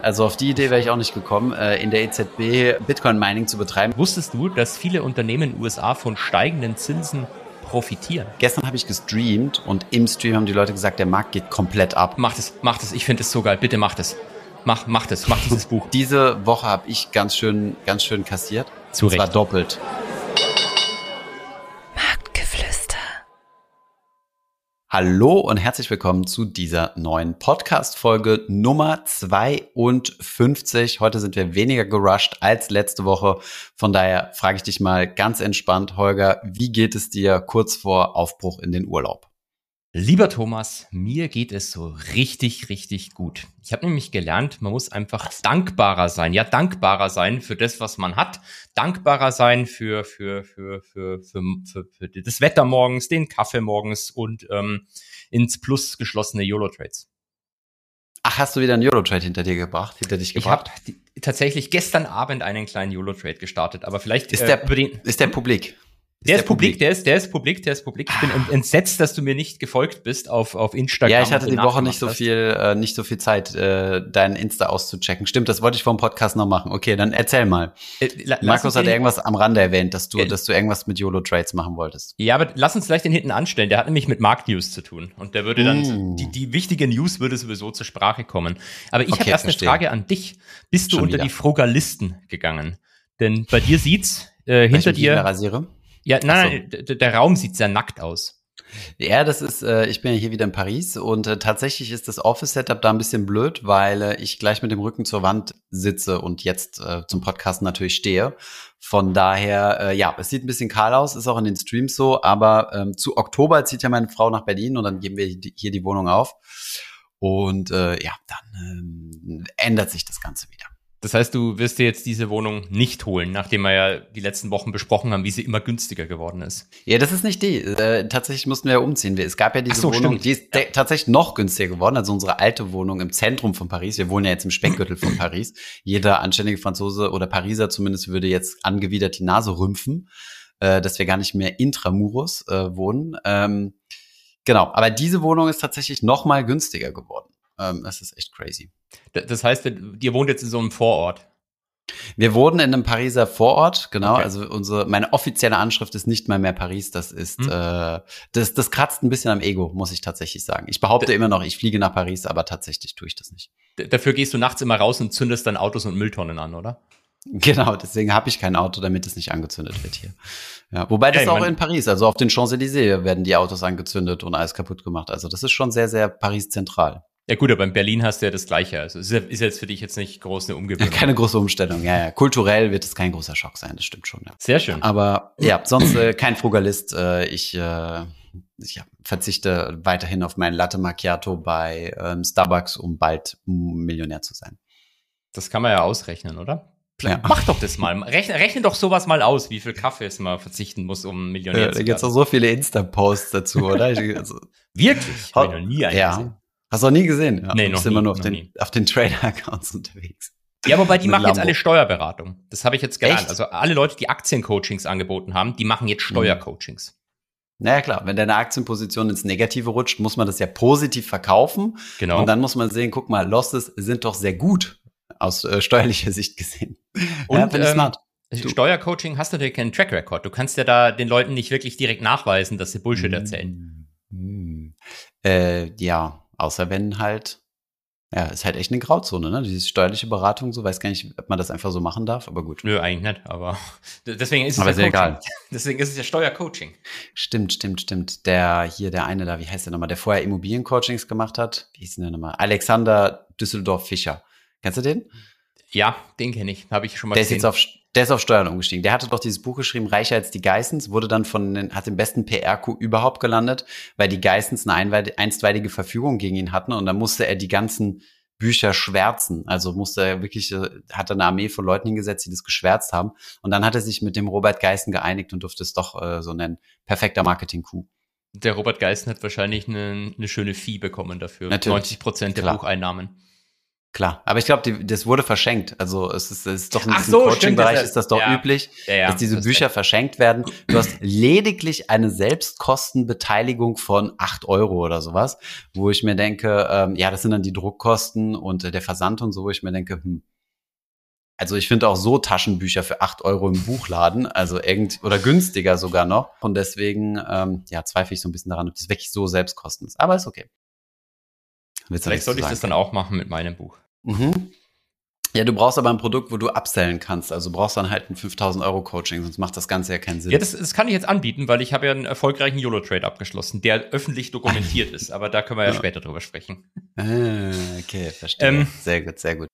Also auf die Idee wäre ich auch nicht gekommen, in der EZB Bitcoin-Mining zu betreiben. Wusstest du, dass viele Unternehmen in den USA von steigenden Zinsen profitieren? Gestern habe ich gestreamt und im Stream haben die Leute gesagt, der Markt geht komplett ab. Mach das. Ich finde es so geil. Bitte mach das. Mach dieses Buch. Diese Woche habe ich ganz schön kassiert. Zu Recht. Und zwar doppelt. Marktgeflüster. Hallo und herzlich willkommen zu dieser neuen Podcast-Folge Nummer 52. Heute sind wir weniger gerusht als letzte Woche. Von daher frage ich dich mal ganz entspannt, Holger, wie geht es dir kurz vor Aufbruch in den Urlaub? Lieber Thomas, mir geht es so richtig, richtig gut. Ich habe nämlich gelernt, man muss einfach dankbarer sein. Ja, dankbarer sein für das, was man hat. Dankbarer sein für das Wetter morgens, den Kaffee morgens und ins Plus geschlossene YOLO-Trades. Ach, hast du wieder einen YOLO-Trade hinter dich gebracht? Ich habe tatsächlich gestern Abend einen kleinen YOLO-Trade gestartet, aber vielleicht ist der publik? Der ist publik. Ich bin entsetzt, dass du mir nicht gefolgt bist auf Instagram. Ja, ich hatte die Woche nicht so viel Zeit, deinen Insta auszuchecken. Stimmt, das wollte ich vor dem Podcast noch machen. Okay, dann erzähl mal. Markus hat irgendwas am Rande erwähnt, dass du irgendwas mit YOLO-Trades machen wolltest. Ja, aber lass uns gleich den hinten anstellen. Der hat nämlich mit Markt-News zu tun. Und der würde dann, die wichtige News würde sowieso zur Sprache kommen. Aber ich habe erst eine Frage an dich. Bist du unter die Frugalisten gegangen? Denn bei dir sieht's hinter dir... Rasiere? Ja, nein, der Raum sieht sehr nackt aus. Ja, das ist, ich bin ja hier wieder in Paris und tatsächlich ist das Office-Setup da ein bisschen blöd, weil ich gleich mit dem Rücken zur Wand sitze und jetzt zum Podcasten natürlich stehe. Von daher, ja, es sieht ein bisschen kahl aus, ist auch in den Streams so, aber zu Oktober zieht ja meine Frau nach Berlin und dann geben wir hier die Wohnung auf und ja, dann ändert sich das Ganze wieder. Das heißt, du wirst dir jetzt diese Wohnung nicht holen, nachdem wir ja die letzten Wochen besprochen haben, wie sie immer günstiger geworden ist. Ja, das ist nicht die. Tatsächlich mussten wir ja umziehen. Es gab ja diese Wohnung, stimmt. Die ist tatsächlich noch günstiger geworden. Also unsere alte Wohnung im Zentrum von Paris. Wir wohnen ja jetzt im Speckgürtel von Paris. Jeder anständige Franzose oder Pariser zumindest würde jetzt angewidert die Nase rümpfen, dass wir gar nicht mehr intramuros wohnen. Genau, aber diese Wohnung ist tatsächlich noch mal günstiger geworden. Das ist echt crazy. Das heißt, ihr wohnt jetzt in so einem Vorort? Wir wohnen in einem Pariser Vorort, genau. Okay. Also meine offizielle Anschrift ist nicht mal mehr Paris. Das ist, das kratzt ein bisschen am Ego, muss ich tatsächlich sagen. Ich behaupte immer noch, ich fliege nach Paris, aber tatsächlich tue ich das nicht. Dafür gehst du nachts immer raus und zündest dann Autos und Mülltonnen an, oder? Genau, deswegen habe ich kein Auto, damit es nicht angezündet wird hier. Ja, wobei das auch in Paris, also auf den Champs-Élysées werden die Autos angezündet und alles kaputt gemacht. Also das ist schon sehr, sehr Paris-zentral. Ja gut, aber in Berlin hast du ja das Gleiche. Also ist jetzt für dich jetzt nicht groß eine Umgewöhnung. Ja, keine große Umstellung, ja. Kulturell wird es kein großer Schock sein, das stimmt schon, ja. Sehr schön. Aber ja, sonst kein Frugalist. Ich verzichte weiterhin auf meinen Latte Macchiato bei Starbucks, um bald Millionär zu sein. Das kann man ja ausrechnen, oder? Ja. Mach doch das mal. Rechne doch sowas mal aus, wie viel Kaffees man verzichten muss, um Millionär zu werden. Da gibt's auch so viele Insta-Posts dazu, oder? Wirklich? Hab ich noch nie einen gesehen. Hast du noch nie gesehen? Ja, nee, noch nie. Immer nur auf den Trader-Accounts unterwegs. Ja, wobei die machen jetzt alle Steuerberatung. Das habe ich jetzt gelernt. Echt? Also alle Leute, die Aktiencoachings angeboten haben, die machen jetzt Steuercoachings. Naja, klar. Wenn deine Aktienposition ins Negative rutscht, muss man das ja positiv verkaufen. Genau. Und dann muss man sehen, guck mal, Losses sind doch sehr gut aus steuerlicher Sicht gesehen. Und ja, finde ich smart. Steuercoaching hast du natürlich keinen Track Record. Du kannst ja da den Leuten nicht wirklich direkt nachweisen, dass sie Bullshit erzählen. Ja. Außer wenn halt, ja, ist halt echt eine Grauzone, ne? Diese steuerliche Beratung, so weiß gar nicht, ob man das einfach so machen darf, aber gut. Nö, eigentlich nicht, aber deswegen ist es aber ja Coaching. Egal. Deswegen ist es ja Steuercoaching. Stimmt. Der eine da, wie heißt der nochmal, der vorher Immobiliencoachings gemacht hat, wie hieß der nochmal? Alexander Düsseldorf-Fischer. Kennst du den? Ja, den kenne ich, habe ich schon mal gesehen. Der ist auf Steuern umgestiegen. Der hatte doch dieses Buch geschrieben, Reicher als die Geissens, wurde dann hat den besten PR-Coup überhaupt gelandet, weil die Geissens eine einstweilige Verfügung gegen ihn hatten und dann musste er die ganzen Bücher schwärzen. Also hat er eine Armee von Leuten hingesetzt, die das geschwärzt haben. Und dann hat er sich mit dem Robert Geissen geeinigt und durfte es doch so nennen. Perfekter Marketing-Coup. Der Robert Geissen hat wahrscheinlich eine schöne Fee bekommen dafür. Natürlich. 90% der Bucheinnahmen. Klar, aber ich glaube, das wurde verschenkt. Also es ist doch in diesem so, Coaching-Bereich ist das doch üblich, dass diese Bücher verschenkt werden. Du hast lediglich eine Selbstkostenbeteiligung von 8 Euro oder sowas, wo ich mir denke, das sind dann die Druckkosten und der Versand und so, wo ich mir denke, also ich finde auch so Taschenbücher für 8 Euro im Buchladen, also oder günstiger sogar noch. Und deswegen zweifle ich so ein bisschen daran, ob das wirklich so Selbstkosten ist. Aber ist okay. Vielleicht sollte ich das dann auch machen mit meinem Buch. Mhm. Ja, du brauchst aber ein Produkt, wo du upsellen kannst. Also du brauchst dann halt ein 5.000 Euro Coaching, sonst macht das Ganze ja keinen Sinn. Ja, das kann ich jetzt anbieten, weil ich habe ja einen erfolgreichen YOLO-Trade abgeschlossen, der öffentlich dokumentiert ist. Aber da können wir ja später drüber sprechen. Okay, verstehe. Sehr gut, sehr gut.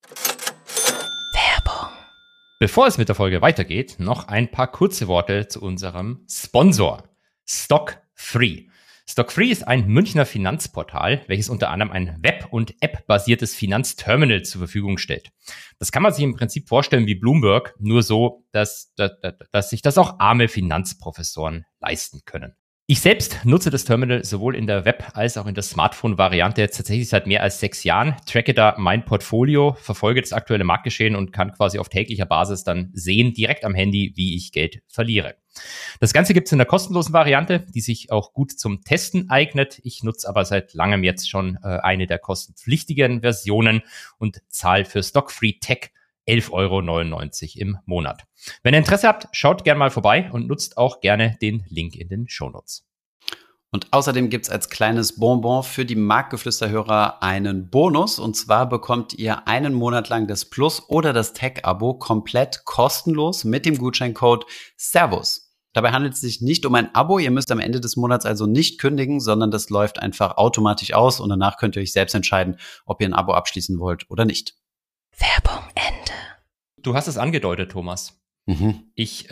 Werbung. Bevor es mit der Folge weitergeht, noch ein paar kurze Worte zu unserem Sponsor, Stock3. Stock3 ist ein Münchner Finanzportal, welches unter anderem ein Web- und App-basiertes Finanzterminal zur Verfügung stellt. Das kann man sich im Prinzip vorstellen wie Bloomberg, nur so, dass sich das auch arme Finanzprofessoren leisten können. Ich selbst nutze das Terminal sowohl in der Web- als auch in der Smartphone-Variante jetzt tatsächlich seit mehr als 6 Jahren, tracke da mein Portfolio, verfolge das aktuelle Marktgeschehen und kann quasi auf täglicher Basis dann sehen, direkt am Handy, wie ich Geld verliere. Das Ganze gibt es in der kostenlosen Variante, die sich auch gut zum Testen eignet. Ich nutze aber seit langem jetzt schon eine der kostenpflichtigen Versionen und zahle für Stock3 Tech 11,99 € im Monat. Wenn ihr Interesse habt, schaut gerne mal vorbei und nutzt auch gerne den Link in den Shownotes. Und außerdem gibt's als kleines Bonbon für die Marktgeflüster-Hörer einen Bonus. Und zwar bekommt ihr einen Monat lang das Plus- oder das Tech-Abo komplett kostenlos mit dem Gutscheincode Servus. Dabei handelt es sich nicht um ein Abo. Ihr müsst am Ende des Monats also nicht kündigen, sondern das läuft einfach automatisch aus. Und danach könnt ihr euch selbst entscheiden, ob ihr ein Abo abschließen wollt oder nicht. Werbung Ende. Du hast es angedeutet, Thomas. Ich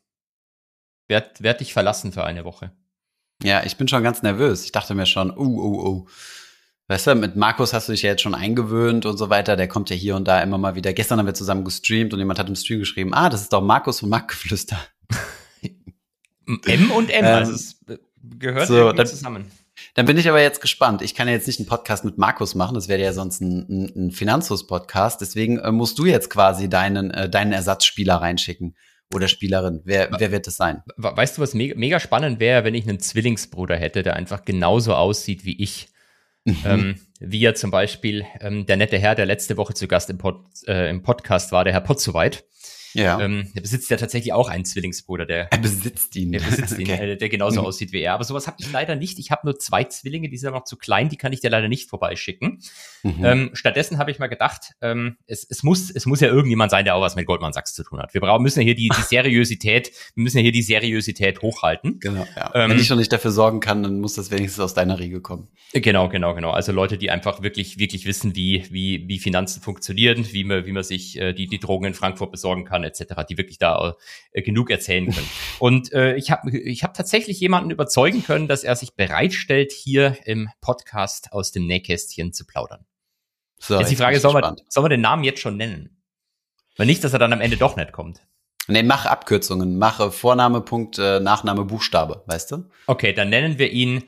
werd dich verlassen für eine Woche. Ja, ich bin schon ganz nervös. Ich dachte mir schon, Weißt du, mit Markus hast du dich ja jetzt schon eingewöhnt und so weiter. Der kommt ja hier und da immer mal wieder. Gestern haben wir zusammen gestreamt und jemand hat im Stream geschrieben, das ist doch Markus von Marktgeflüster. M und M, also es gehört so, irgendwie zusammen. Dann bin ich aber jetzt gespannt. Ich kann ja jetzt nicht einen Podcast mit Markus machen, das wäre ja sonst ein Finanzhus-Podcast. Deswegen musst du jetzt quasi deinen Ersatzspieler reinschicken oder Spielerin. Wer wird es sein? Weißt du, was mega spannend wäre, wenn ich einen Zwillingsbruder hätte, der einfach genauso aussieht wie ich? Wie ja zum Beispiel der nette Herr, der letzte Woche zu Gast im Podcast war, der Herr Potzowait. Ja. Der besitzt ja tatsächlich auch einen Zwillingsbruder. Er besitzt ihn. Okay. Der genauso aussieht wie er. Aber sowas habe ich leider nicht. Ich habe nur 2 Zwillinge, die sind noch zu klein, die kann ich dir leider nicht vorbeischicken. Stattdessen habe ich mal gedacht, es muss ja irgendjemand sein, der auch was mit Goldman Sachs zu tun hat. Wir müssen ja hier die Seriosität hochhalten. Genau, ja. Wenn ich schon nicht dafür sorgen kann, dann muss das wenigstens aus deiner Riege kommen. Genau. Also Leute, die einfach wirklich wissen, wie Finanzen funktionieren, wie man sich die Drogen in Frankfurt besorgen kann, etc., die wirklich da genug erzählen können. Und ich hab tatsächlich jemanden überzeugen können, dass er sich bereitstellt, hier im Podcast aus dem Nähkästchen zu plaudern. So, jetzt die Frage, soll man den Namen jetzt schon nennen? Weil nicht, dass er dann am Ende doch nicht kommt. Nee, mach Abkürzungen. Mache Vorname, Punkt, Nachname, Buchstabe, weißt du? Okay, dann nennen wir ihn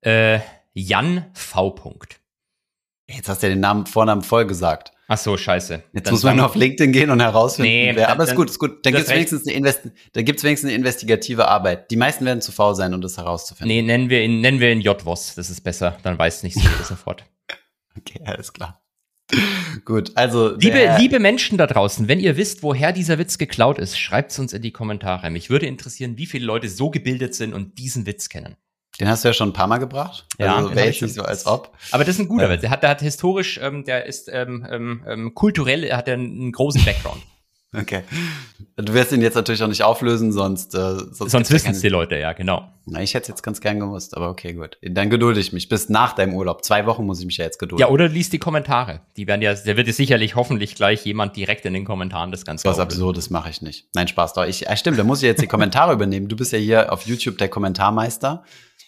Jan V. Jetzt hast du ja den Vornamen voll gesagt. Ach so, scheiße. Jetzt muss man nur auf LinkedIn gehen und herausfinden, wer. Aber ist gut. Dann gibt's wenigstens eine investigative Arbeit. Die meisten werden zu faul sein, um das herauszufinden. Nee, nennen wir ihn J-Voss. Das ist besser. Dann weiß nicht jeder sofort. Okay, alles klar. Gut, also. Liebe Menschen da draußen, wenn ihr wisst, woher dieser Witz geklaut ist, schreibt's uns in die Kommentare. Mich würde interessieren, wie viele Leute so gebildet sind und diesen Witz kennen. Den hast du ja schon ein paar Mal gebracht. Ja, also wäre jetzt nicht so, als ob. Aber das ist ein guter Witz. Der hat historisch, der ist kulturell, hat er einen großen Background. Okay. Du wirst ihn jetzt natürlich auch nicht auflösen, sonst wissen es die Leute, ja, genau. Na, ich hätte es jetzt ganz gern gewusst, aber okay, gut. Dann gedulde ich mich bis nach deinem Urlaub. 2 Wochen muss ich mich ja jetzt gedulden. Ja, oder liest die Kommentare. Der wird ja sicherlich hoffentlich gleich jemand direkt in den Kommentaren das Ganze was Absurdes mache ich nicht. Nein, Spaß doch. Stimmt, da muss ich jetzt die Kommentare übernehmen. Du bist ja hier auf YouTube der Kommentarmeister.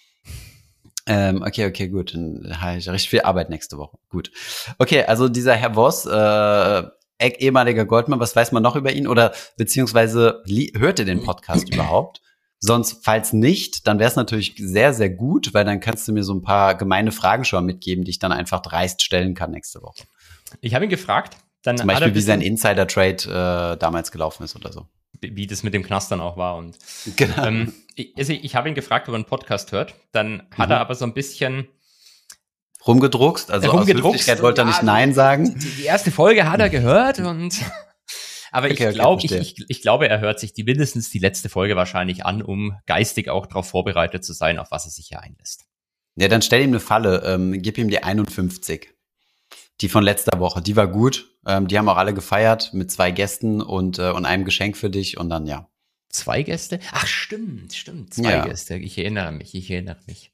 Okay, gut. Dann habe ich richtig viel Arbeit nächste Woche. Gut. Okay, also dieser Herr Voss, ehemaliger Goldman, was weiß man noch über ihn? Oder beziehungsweise hört ihr den Podcast überhaupt? Sonst, falls nicht, dann wäre es natürlich sehr, sehr gut, weil dann kannst du mir so ein paar gemeine Fragen schon mitgeben, die ich dann einfach dreist stellen kann nächste Woche. Ich habe ihn gefragt. Dann zum Beispiel, wie sein Insider-Trade damals gelaufen ist oder so. Wie das mit dem Knast dann auch war. Und genau. Ich habe ihn gefragt, ob er einen Podcast hört. Dann hat er aber so ein bisschen rumgedruckst. Also aus Höflichkeit wollte er nicht Nein sagen. Die erste Folge hat er gehört und aber ich glaube, er hört sich mindestens die letzte Folge wahrscheinlich an, um geistig auch darauf vorbereitet zu sein, auf was er sich hier einlässt. Ja, dann stell ihm eine Falle. Gib ihm die 51. Die von letzter Woche. Die war gut. Die haben auch alle gefeiert mit 2 Gästen und einem Geschenk für dich und dann, ja. 2 Gäste? Ach, stimmt. 2 Gäste. Ich erinnere mich.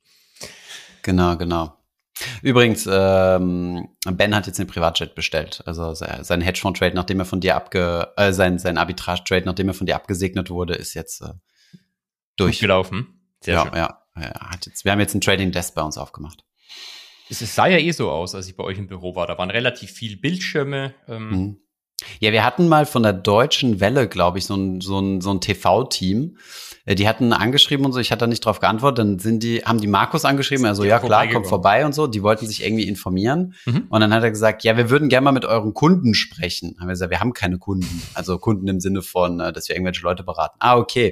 Genau. Übrigens, Ben hat jetzt den Privatjet bestellt. Also sein Hedgefonds-Trade, nachdem er von dir sein Arbitrage-Trade, nachdem er von dir abgesegnet wurde, ist jetzt durchgelaufen. Sehr schön. Ja. Wir haben jetzt ein Trading Desk bei uns aufgemacht. Es sah ja so aus, als ich bei euch im Büro war. Da waren relativ viele Bildschirme. Ja, wir hatten mal von der Deutschen Welle, glaube ich, so ein TV-Team. Die hatten angeschrieben und so, ich hatte da nicht drauf geantwortet, dann haben die Markus angeschrieben, also ja klar, komm vorbei und so, die wollten sich irgendwie informieren. Und dann hat er gesagt, ja, wir würden gerne mal mit euren Kunden sprechen. Haben wir gesagt, wir haben keine Kunden, also Kunden im Sinne von, dass wir irgendwelche Leute beraten. Okay.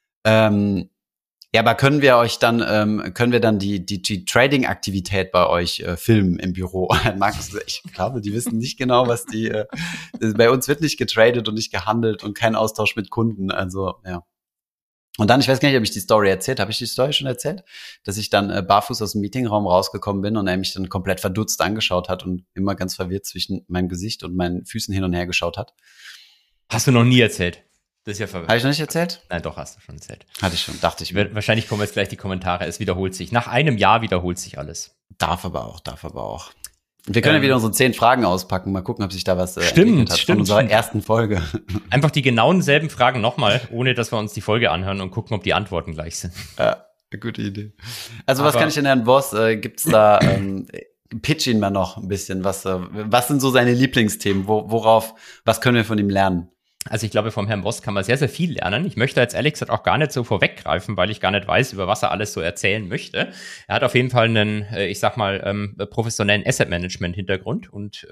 Ja, aber können wir dann die Trading-Aktivität bei euch filmen im Büro? Markus, ich glaube, die wissen nicht genau, was bei uns wird nicht getradet und nicht gehandelt und kein Austausch mit Kunden, also, ja. Und dann, ich weiß gar nicht, ob ich die Story erzählt habe. Habe ich die Story schon erzählt? Dass ich dann barfuß aus dem Meetingraum rausgekommen bin und er mich dann komplett verdutzt angeschaut hat und immer ganz verwirrt zwischen meinem Gesicht und meinen Füßen hin und her geschaut hat. Hast du noch nie erzählt? Das ist ja verwirrend. Habe ich noch nicht erzählt? Nein, doch, hast du schon erzählt. Hatte ich schon, dachte ich. Wahrscheinlich kommen jetzt gleich die Kommentare. Es wiederholt sich. Nach einem Jahr wiederholt sich alles. Darf aber auch. Wir können ja wieder unsere 10 Fragen auspacken. Mal gucken, ob sich da was entwickelt hat von unserer ersten Folge. Einfach die genauen selben Fragen nochmal, ohne dass wir uns die Folge anhören und gucken, ob die Antworten gleich sind. Ja, gute Idee. Also was kann ich denn Herrn Voss? Gibt's da pitch ihn mal noch ein bisschen. Was sind so seine Lieblingsthemen? Was können wir von ihm lernen? Also ich glaube, vom Herrn Voss kann man sehr, sehr viel lernen. Ich möchte jetzt ehrlich gesagt auch gar nicht so vorweggreifen, weil ich gar nicht weiß, über was er alles so erzählen möchte. Er hat auf jeden Fall einen, professionellen Asset-Management-Hintergrund und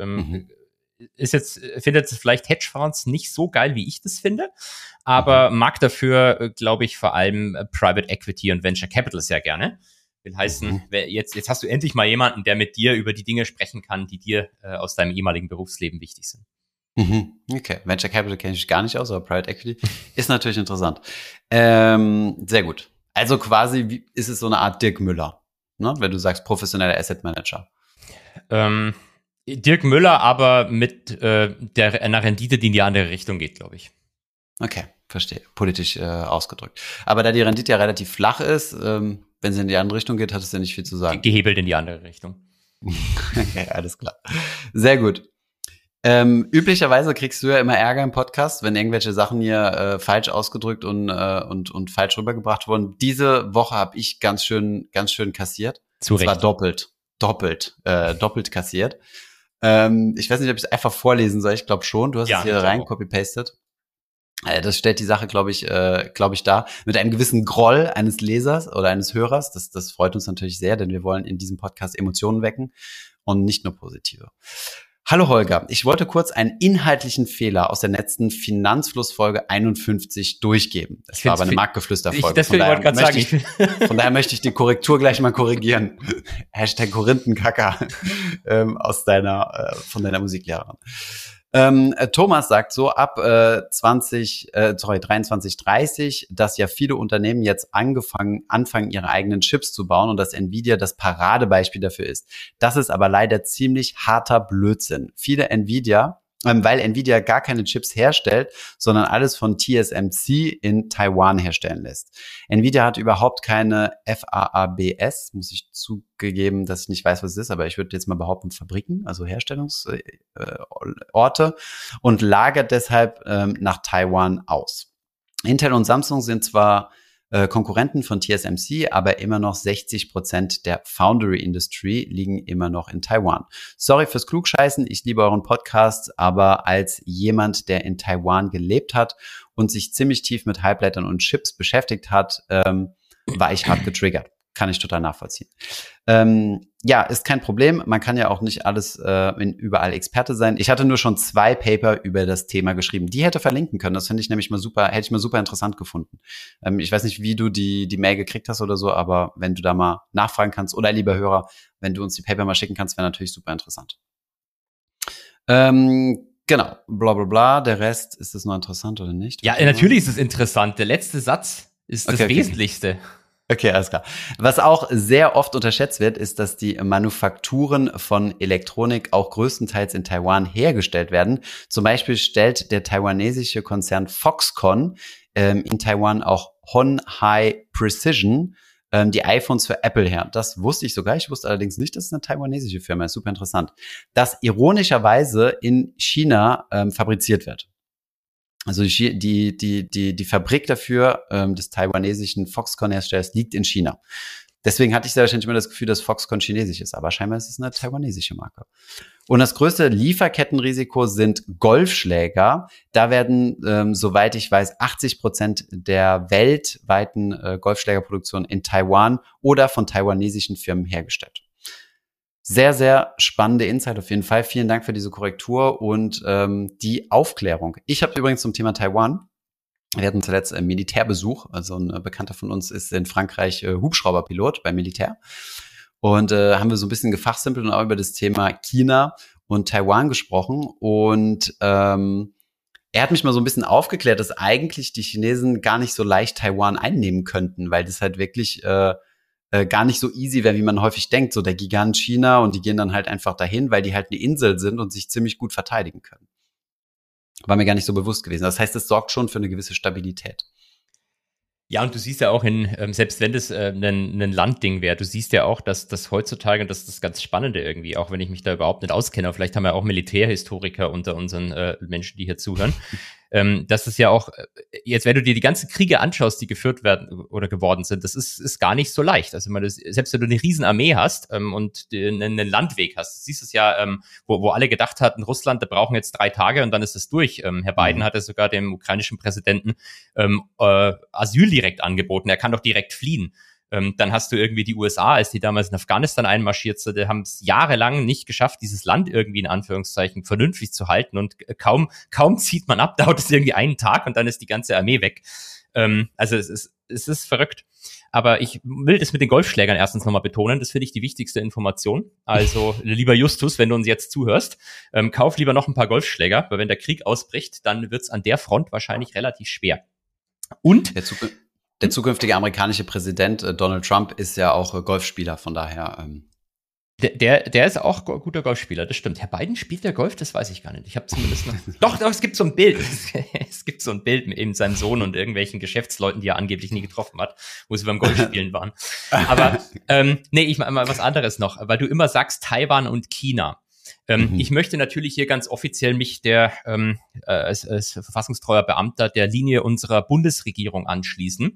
findet vielleicht Hedgefonds nicht so geil, wie ich das finde, aber mag dafür, glaube ich, vor allem Private Equity und Venture Capital sehr gerne. Will heißen, jetzt hast du endlich mal jemanden, der mit dir über die Dinge sprechen kann, die dir aus deinem ehemaligen Berufsleben wichtig sind. Okay, Venture Capital kenne ich gar nicht aus, aber Private Equity ist natürlich interessant. Sehr gut. Also quasi ist es so eine Art Dirk Müller, ne? Wenn du sagst professioneller Asset Manager. Dirk Müller, aber mit einer Rendite, die in die andere Richtung geht, glaube ich. Okay, verstehe. Politisch ausgedrückt. Aber da die Rendite ja relativ flach ist, wenn sie in die andere Richtung geht, hat es ja nicht viel zu sagen. Gehebelt in die andere Richtung. Okay, alles klar. Sehr gut. Üblicherweise kriegst du ja immer Ärger im Podcast, wenn irgendwelche Sachen hier falsch ausgedrückt und falsch rübergebracht wurden. Diese Woche habe ich ganz schön kassiert. Zu Recht. Und zwar doppelt kassiert. Ich weiß nicht, ob ich es einfach vorlesen soll. Ich glaube schon. Du hast es hier rein copy-pasted. Das stellt die Sache, glaube ich, dar. Mit einem gewissen Groll eines Lesers oder eines Hörers. Das freut uns natürlich sehr, denn wir wollen in diesem Podcast Emotionen wecken und nicht nur positive. Hallo Holger, ich wollte kurz einen inhaltlichen Fehler aus der letzten Finanzflussfolge 51 durchgeben. Das war aber eine Marktgeflüsterfolge. Von daher möchte ich die Korrektur gleich mal korrigieren. Hashtag Korinthenkacker von deiner Musiklehrerin. Thomas sagt so, ab 23:30, dass ja viele Unternehmen jetzt anfangen, ihre eigenen Chips zu bauen und dass Nvidia das Paradebeispiel dafür ist. Das ist aber leider ziemlich harter Blödsinn. Weil Nvidia gar keine Chips herstellt, sondern alles von TSMC in Taiwan herstellen lässt. Nvidia hat überhaupt keine FAABS, muss ich zugeben, dass ich nicht weiß, was es ist, aber ich würde jetzt mal behaupten, Fabriken, also Herstellungsorte, und lagert deshalb nach Taiwan aus. Intel und Samsung sind zwar Konkurrenten von TSMC, aber immer noch 60% der Foundry-Industrie liegen immer noch in Taiwan. Sorry fürs Klugscheißen, ich liebe euren Podcast, aber als jemand, der in Taiwan gelebt hat und sich ziemlich tief mit Halbleitern und Chips beschäftigt hat, war ich hart getriggert. kann ich total nachvollziehen. Ja, ist kein Problem. Man kann ja auch nicht alles überall Experte sein. Ich hatte nur schon 2 Paper über das Thema geschrieben. Die hätte verlinken können. Das finde ich nämlich hätte ich mal super interessant gefunden. Ich weiß nicht, wie du die Mail gekriegt hast oder so, aber wenn du da mal nachfragen kannst oder lieber Hörer, wenn du uns die Paper mal schicken kannst, wäre natürlich super interessant. Genau, bla bla bla. Der Rest, ist das noch interessant oder nicht? Ja, natürlich ist es interessant. Der letzte Satz ist das Wesentlichste. Okay, alles klar. Was auch sehr oft unterschätzt wird, ist, dass die Manufakturen von Elektronik auch größtenteils in Taiwan hergestellt werden. Zum Beispiel stellt der taiwanesische Konzern Foxconn in Taiwan auch Hon Hai Precision die iPhones für Apple her. Das wusste ich sogar. Ich wusste allerdings nicht, dass es eine taiwanesische Firma ist. Super interessant. Das ironischerweise in China fabriziert wird. Also die Fabrik dafür des taiwanesischen Foxconn-Herstellers liegt in China. Deswegen hatte ich sehr wahrscheinlich immer das Gefühl, dass Foxconn chinesisch ist, aber scheinbar ist es eine taiwanesische Marke. Und das größte Lieferkettenrisiko sind Golfschläger. Da werden, soweit ich weiß, 80% der weltweiten Golfschlägerproduktion in Taiwan oder von taiwanesischen Firmen hergestellt. Sehr, sehr spannende Insight auf jeden Fall. Vielen Dank für diese Korrektur und die Aufklärung. Ich habe übrigens zum Thema Taiwan, wir hatten zuletzt Militärbesuch. Also ein Bekannter von uns ist in Frankreich Hubschrauberpilot beim Militär. Und haben wir so ein bisschen gefachsimpelt und auch über das Thema China und Taiwan gesprochen. Und er hat mich mal so ein bisschen aufgeklärt, dass eigentlich die Chinesen gar nicht so leicht Taiwan einnehmen könnten, weil das halt wirklich gar nicht so easy wäre, wie man häufig denkt, so der Gigant China, und die gehen dann halt einfach dahin, weil die halt eine Insel sind und sich ziemlich gut verteidigen können. War mir gar nicht so bewusst gewesen. Das heißt, es sorgt schon für eine gewisse Stabilität. Ja, und du siehst ja auch selbst wenn das ein Landding wäre, du siehst ja auch, dass das heutzutage, und das ist das ganz Spannende irgendwie, auch wenn ich mich da überhaupt nicht auskenne, vielleicht haben wir auch Militärhistoriker unter unseren Menschen, die hier zuhören, dass es ja auch, jetzt wenn du dir die ganzen Kriege anschaust, die geführt werden oder geworden sind, das ist gar nicht so leicht. Also selbst wenn du eine Riesenarmee hast und einen Landweg hast, siehst du es ja, wo alle gedacht hatten, Russland, da brauchen jetzt 3 Tage und dann ist es durch. Herr Biden hat ja sogar dem ukrainischen Präsidenten Asyl direkt angeboten. Er kann doch direkt fliehen. Dann hast du irgendwie die USA, als die damals in Afghanistan einmarschiert sind, die haben es jahrelang nicht geschafft, dieses Land irgendwie in Anführungszeichen vernünftig zu halten, und kaum zieht man ab, dauert es irgendwie einen Tag und dann ist die ganze Armee weg. Also es ist verrückt. Aber ich will das mit den Golfschlägern erstens nochmal betonen, das finde ich die wichtigste Information. Also lieber Justus, wenn du uns jetzt zuhörst, kauf lieber noch ein paar Golfschläger, weil wenn der Krieg ausbricht, dann wird es an der Front wahrscheinlich relativ schwer. Und der zukünftige amerikanische Präsident Donald Trump ist ja auch Golfspieler, von daher. Der ist auch guter Golfspieler, das stimmt. Herr Biden spielt der Golf, das weiß ich gar nicht. Ich habe zumindest noch. Doch, es gibt so ein Bild. Es gibt so ein Bild mit eben seinem Sohn und irgendwelchen Geschäftsleuten, die er angeblich nie getroffen hat, wo sie beim Golfspielen waren. Aber ich meine mal was anderes noch, weil du immer sagst Taiwan und China. Ich möchte natürlich hier ganz offiziell mich als verfassungstreuer Beamter der Linie unserer Bundesregierung anschließen,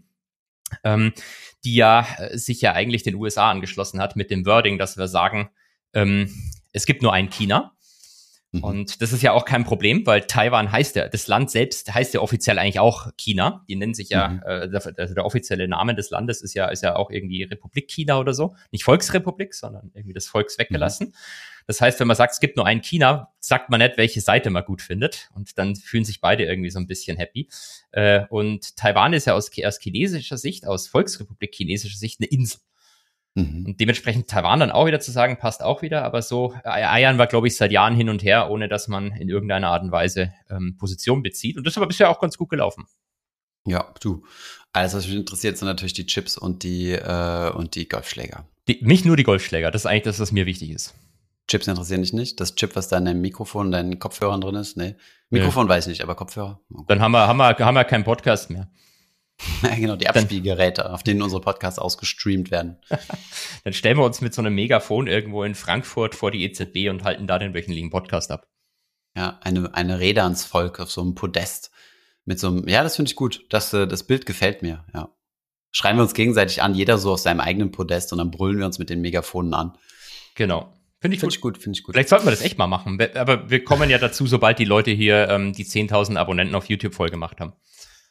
die ja sich ja eigentlich den USA angeschlossen hat mit dem Wording, dass wir sagen, es gibt nur ein China. Und das ist ja auch kein Problem, weil Taiwan das Land selbst heißt ja offiziell eigentlich auch China. Die nennen sich ja, der offizielle Name des Landes ist ja auch irgendwie Republik China oder so. Nicht Volksrepublik, sondern irgendwie des Volks weggelassen. Das heißt, wenn man sagt, es gibt nur ein China, sagt man nicht, welche Seite man gut findet. Und dann fühlen sich beide irgendwie so ein bisschen happy. Und Taiwan ist ja aus chinesischer Sicht, aus Volksrepublik chinesischer Sicht eine Insel. Und dementsprechend Taiwan dann auch wieder zu sagen, passt auch wieder. Aber so eiern wir, glaube ich, seit Jahren hin und her, ohne dass man in irgendeiner Art und Weise Position bezieht. Und das ist aber bisher auch ganz gut gelaufen. Ja, du. Alles, was mich interessiert, sind natürlich die Chips und die Golfschläger. Nicht nur die Golfschläger, das ist eigentlich das, was mir wichtig ist. Chips interessieren dich nicht? Das Chip, was da in deinem Mikrofon, deinen Kopfhörern drin ist? Nee. Mikrofon weiß ich nicht, aber Kopfhörer? Okay. Dann haben wir keinen Podcast mehr. Ja, genau, die Abspielgeräte, auf denen unsere Podcasts ausgestreamt werden. Dann stellen wir uns mit so einem Megafon irgendwo in Frankfurt vor die EZB und halten da den wöchentlichen Podcast ab. Ja, eine Rede ans Volk auf so einem Podest. Mit so einem, ja, das finde ich gut. Das Bild gefällt mir, ja. Schreien wir uns gegenseitig an, jeder so auf seinem eigenen Podest, und dann brüllen wir uns mit den Megafonen an. Genau. Finde ich gut. Vielleicht sollten wir das echt mal machen. Aber wir kommen ja dazu, sobald die Leute hier die 10.000 Abonnenten auf YouTube voll gemacht haben.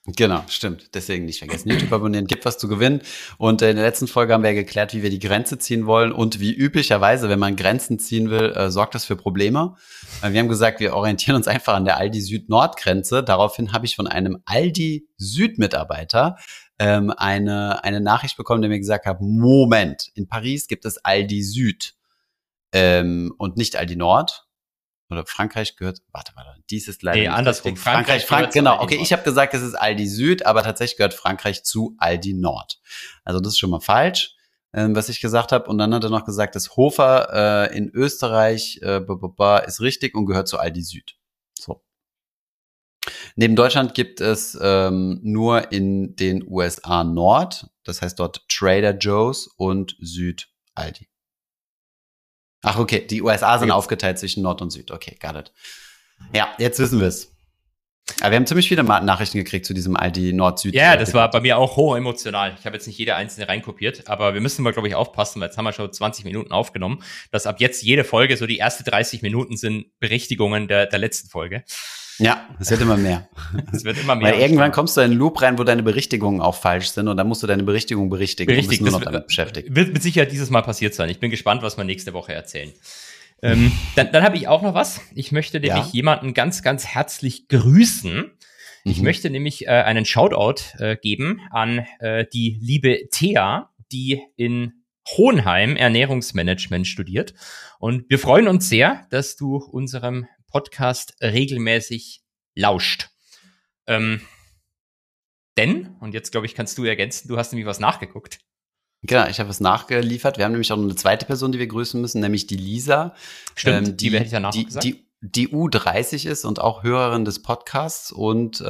Genau, stimmt. Deswegen nicht vergessen, YouTube abonnieren, gibt was zu gewinnen. Und in der letzten Folge haben wir ja geklärt, wie wir die Grenze ziehen wollen. Und wie üblicherweise, wenn man Grenzen ziehen will, sorgt das für Probleme. Wir haben gesagt, wir orientieren uns einfach an der Aldi Süd-Nord-Grenze. Daraufhin habe ich von einem Aldi Süd-Mitarbeiter eine Nachricht bekommen, der mir gesagt hat, Moment, in Paris gibt es Aldi Süd und nicht Aldi Nord. Oder Frankreich gehört, warte, dies ist leider nicht andersrum. Frankreich, genau. Okay, ich habe gesagt, es ist Aldi Süd, aber tatsächlich gehört Frankreich zu Aldi Nord. Also das ist schon mal falsch, was ich gesagt habe. Und dann hat er noch gesagt, das Hofer in Österreich ist richtig und gehört zu Aldi Süd. So. Neben Deutschland gibt es nur in den USA Nord, das heißt dort Trader Joe's und Süd Aldi. Ach, okay, die USA sind aufgeteilt zwischen Nord und Süd. Okay, got it. Ja, jetzt wissen wir es. Aber wir haben ziemlich viele Nachrichten gekriegt zu diesem Aldi Nord-Süd. Ja, das war bei mir auch hoch emotional. Ich habe jetzt nicht jede einzelne reinkopiert, aber wir müssen mal, glaube ich, aufpassen, weil jetzt haben wir schon 20 Minuten aufgenommen, dass ab jetzt jede Folge so die ersten 30 Minuten sind Berichtigungen der letzten Folge. Ja, es wird immer mehr. Es wird immer mehr. Weil irgendwann kommst du in einen Loop rein, wo deine Berichtigungen auch falsch sind und dann musst du deine Berichtigung berichtigen. Richtig, und bist nur noch damit beschäftigt. Wird mit Sicherheit dieses Mal passiert sein. Ich bin gespannt, was wir nächste Woche erzählen. Dann habe ich auch noch was. Ich möchte nämlich jemanden ganz, ganz herzlich grüßen. Ich möchte nämlich einen Shoutout geben an die liebe Thea, die in Hohenheim Ernährungsmanagement studiert. Und wir freuen uns sehr, dass du unserem Podcast regelmäßig lauscht. Denn, und jetzt glaube ich, kannst du ergänzen, du hast nämlich was nachgeguckt. Genau, ich habe was nachgeliefert. Wir haben nämlich auch noch eine zweite Person, die wir grüßen müssen, nämlich die Lisa. Stimmt, die hätte ich ja nachher gesagt. Die U30 ist und auch Hörerin des Podcasts und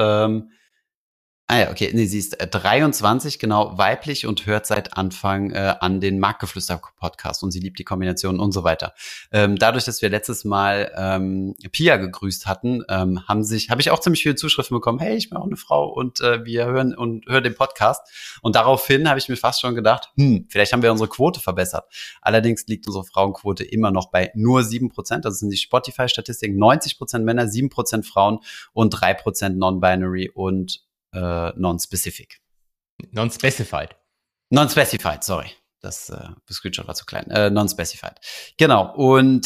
sie ist 23, genau, weiblich und hört seit Anfang an den Marktgeflüster-Podcast und sie liebt die Kombination und so weiter. Dadurch, dass wir letztes Mal Pia gegrüßt hatten, habe ich auch ziemlich viele Zuschriften bekommen, hey, ich bin auch eine Frau und wir hören den Podcast. Und daraufhin habe ich mir fast schon gedacht, vielleicht haben wir unsere Quote verbessert. Allerdings liegt unsere Frauenquote immer noch bei nur 7%. Das sind die Spotify-Statistiken, 90% Männer, 7% Frauen und 3% Non-Binary und Non-Specific. Non-Specified. Non-Specified, sorry. Das Screenshot war zu klein. Non-Specified. Genau. Und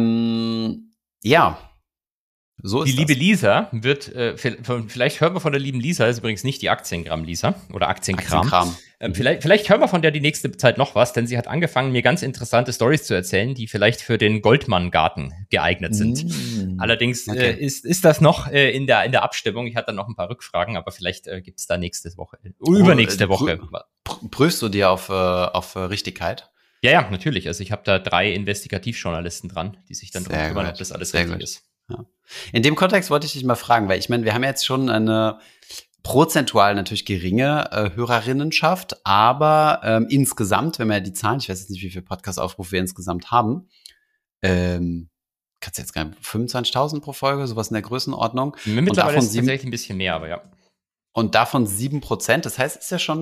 so ist die liebe Lisa wird, vielleicht hören wir von der lieben Lisa, das ist übrigens nicht die Aktienkram-Lisa oder Aktienkram. Vielleicht hören wir von der die nächste Zeit noch was, denn sie hat angefangen, mir ganz interessante Storys zu erzählen, die vielleicht für den Goldmann-Garten geeignet sind. Allerdings ist das noch in der Abstimmung. Ich hatte dann noch ein paar Rückfragen, aber vielleicht gibt's da übernächste Woche. Prüfst du dir auf Richtigkeit? Ja, natürlich. Also ich habe da 3 Investigativjournalisten dran, die sich dann darum kümmern, ob das alles richtig ist. Ja. In dem Kontext wollte ich dich mal fragen, weil ich meine, wir haben jetzt schon eine prozentual natürlich geringe Hörerinnenschaft, aber insgesamt, wenn man die Zahlen, ich weiß jetzt nicht, wie viele Podcast-Aufrufe wir insgesamt haben, kannst du jetzt gar nicht, 25.000 pro Folge, sowas in der Größenordnung. Mittlerweile ist es tatsächlich ein bisschen mehr, aber ja. Und davon 7%, das heißt, es ist ja schon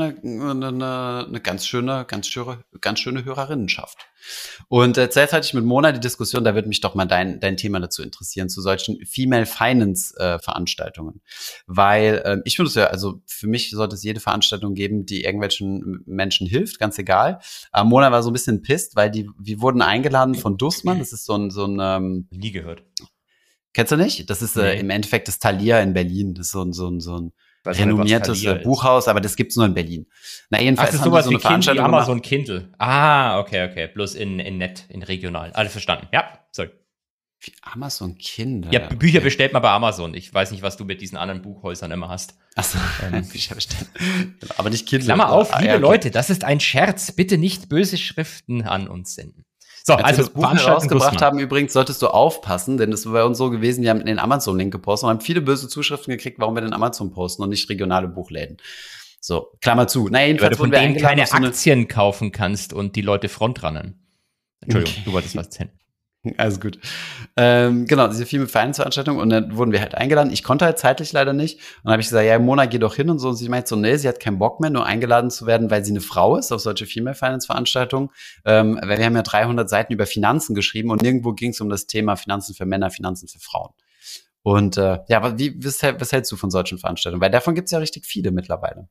eine ganz schöne Hörerinnenschaft. Und zuerst hatte ich mit Mona die Diskussion, da würde mich doch mal dein Thema dazu interessieren, zu solchen Female Finance Veranstaltungen. Weil ich finde es ja, also für mich sollte es jede Veranstaltung geben, die irgendwelchen Menschen hilft, ganz egal. Aber Mona war so ein bisschen pisst, weil wir wurden eingeladen von Dussmann, das ist so ein nie gehört. Kennst du nicht? Das ist im Endeffekt das Thalia in Berlin, das ist so ein renommiertes Buchhaus, aber das gibt's nur in Berlin. Na, jedenfalls ist sowas so eine Veranstaltung wie Amazon Kindle. Ah, okay. Bloß in regional. Alles verstanden. Ja, sorry. Wie Amazon Kindle? Ja, Bücher bestellt man bei Amazon. Ich weiß nicht, was du mit diesen anderen Buchhäusern immer hast. Achso, Bücher bestellt. Aber nicht Kindle. Klammer auf, liebe Leute, das ist ein Scherz. Bitte nicht böse Schriften an uns senden. So, als wir das Buch herausgebracht haben übrigens, solltest du aufpassen, denn das war bei uns so gewesen, wir haben den Amazon-Link gepostet und haben viele böse Zuschriften gekriegt, warum wir den Amazon posten und nicht regionale Buchläden. So, Klammer zu. Na, jedenfalls wurden wir eingeladen, keine Aktien kaufen kannst und die Leute frontrannen. Entschuldigung, du wolltest was erzählen. Alles gut. Genau, diese Female Finance Veranstaltung und dann wurden wir halt eingeladen. Ich konnte halt zeitlich leider nicht. Und dann habe ich gesagt, ja, Mona, geh doch hin und so. Und sie meint so, nee, sie hat keinen Bock mehr, nur eingeladen zu werden, weil sie eine Frau ist auf solche Female Finance Veranstaltungen. Weil wir haben ja 300 Seiten über Finanzen geschrieben und nirgendwo ging es um das Thema Finanzen für Männer, Finanzen für Frauen. Und ja, aber was hältst du von solchen Veranstaltungen? Weil davon gibt es ja richtig viele mittlerweile.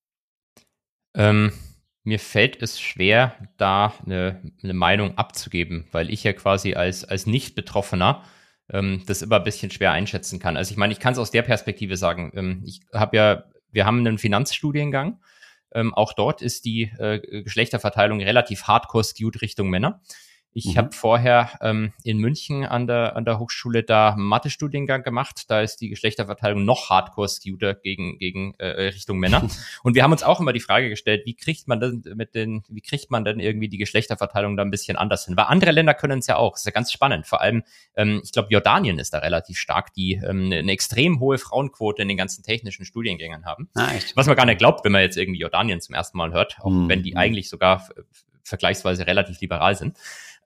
Mir fällt es schwer, da eine Meinung abzugeben, weil ich ja quasi als Nicht-Betroffener das immer ein bisschen schwer einschätzen kann. Also ich meine, ich kann es aus der Perspektive sagen. Wir haben einen Finanzstudiengang. Auch dort ist die Geschlechterverteilung relativ hardcore skewed Richtung Männer. Ich habe vorher in München an der Hochschule da einen Mathe-Studiengang gemacht. Da ist die Geschlechterverteilung noch hardcore skeweder gegen Richtung Männer. Und wir haben uns auch immer die Frage gestellt, wie kriegt man denn irgendwie die Geschlechterverteilung da ein bisschen anders hin? Weil andere Länder können es ja auch. Das ist ja ganz spannend. Vor allem, ich glaube, Jordanien ist da relativ stark, die eine extrem hohe Frauenquote in den ganzen technischen Studiengängen haben. Was man gar nicht glaubt, wenn man jetzt irgendwie Jordanien zum ersten Mal hört, auch wenn die eigentlich sogar vergleichsweise relativ liberal sind.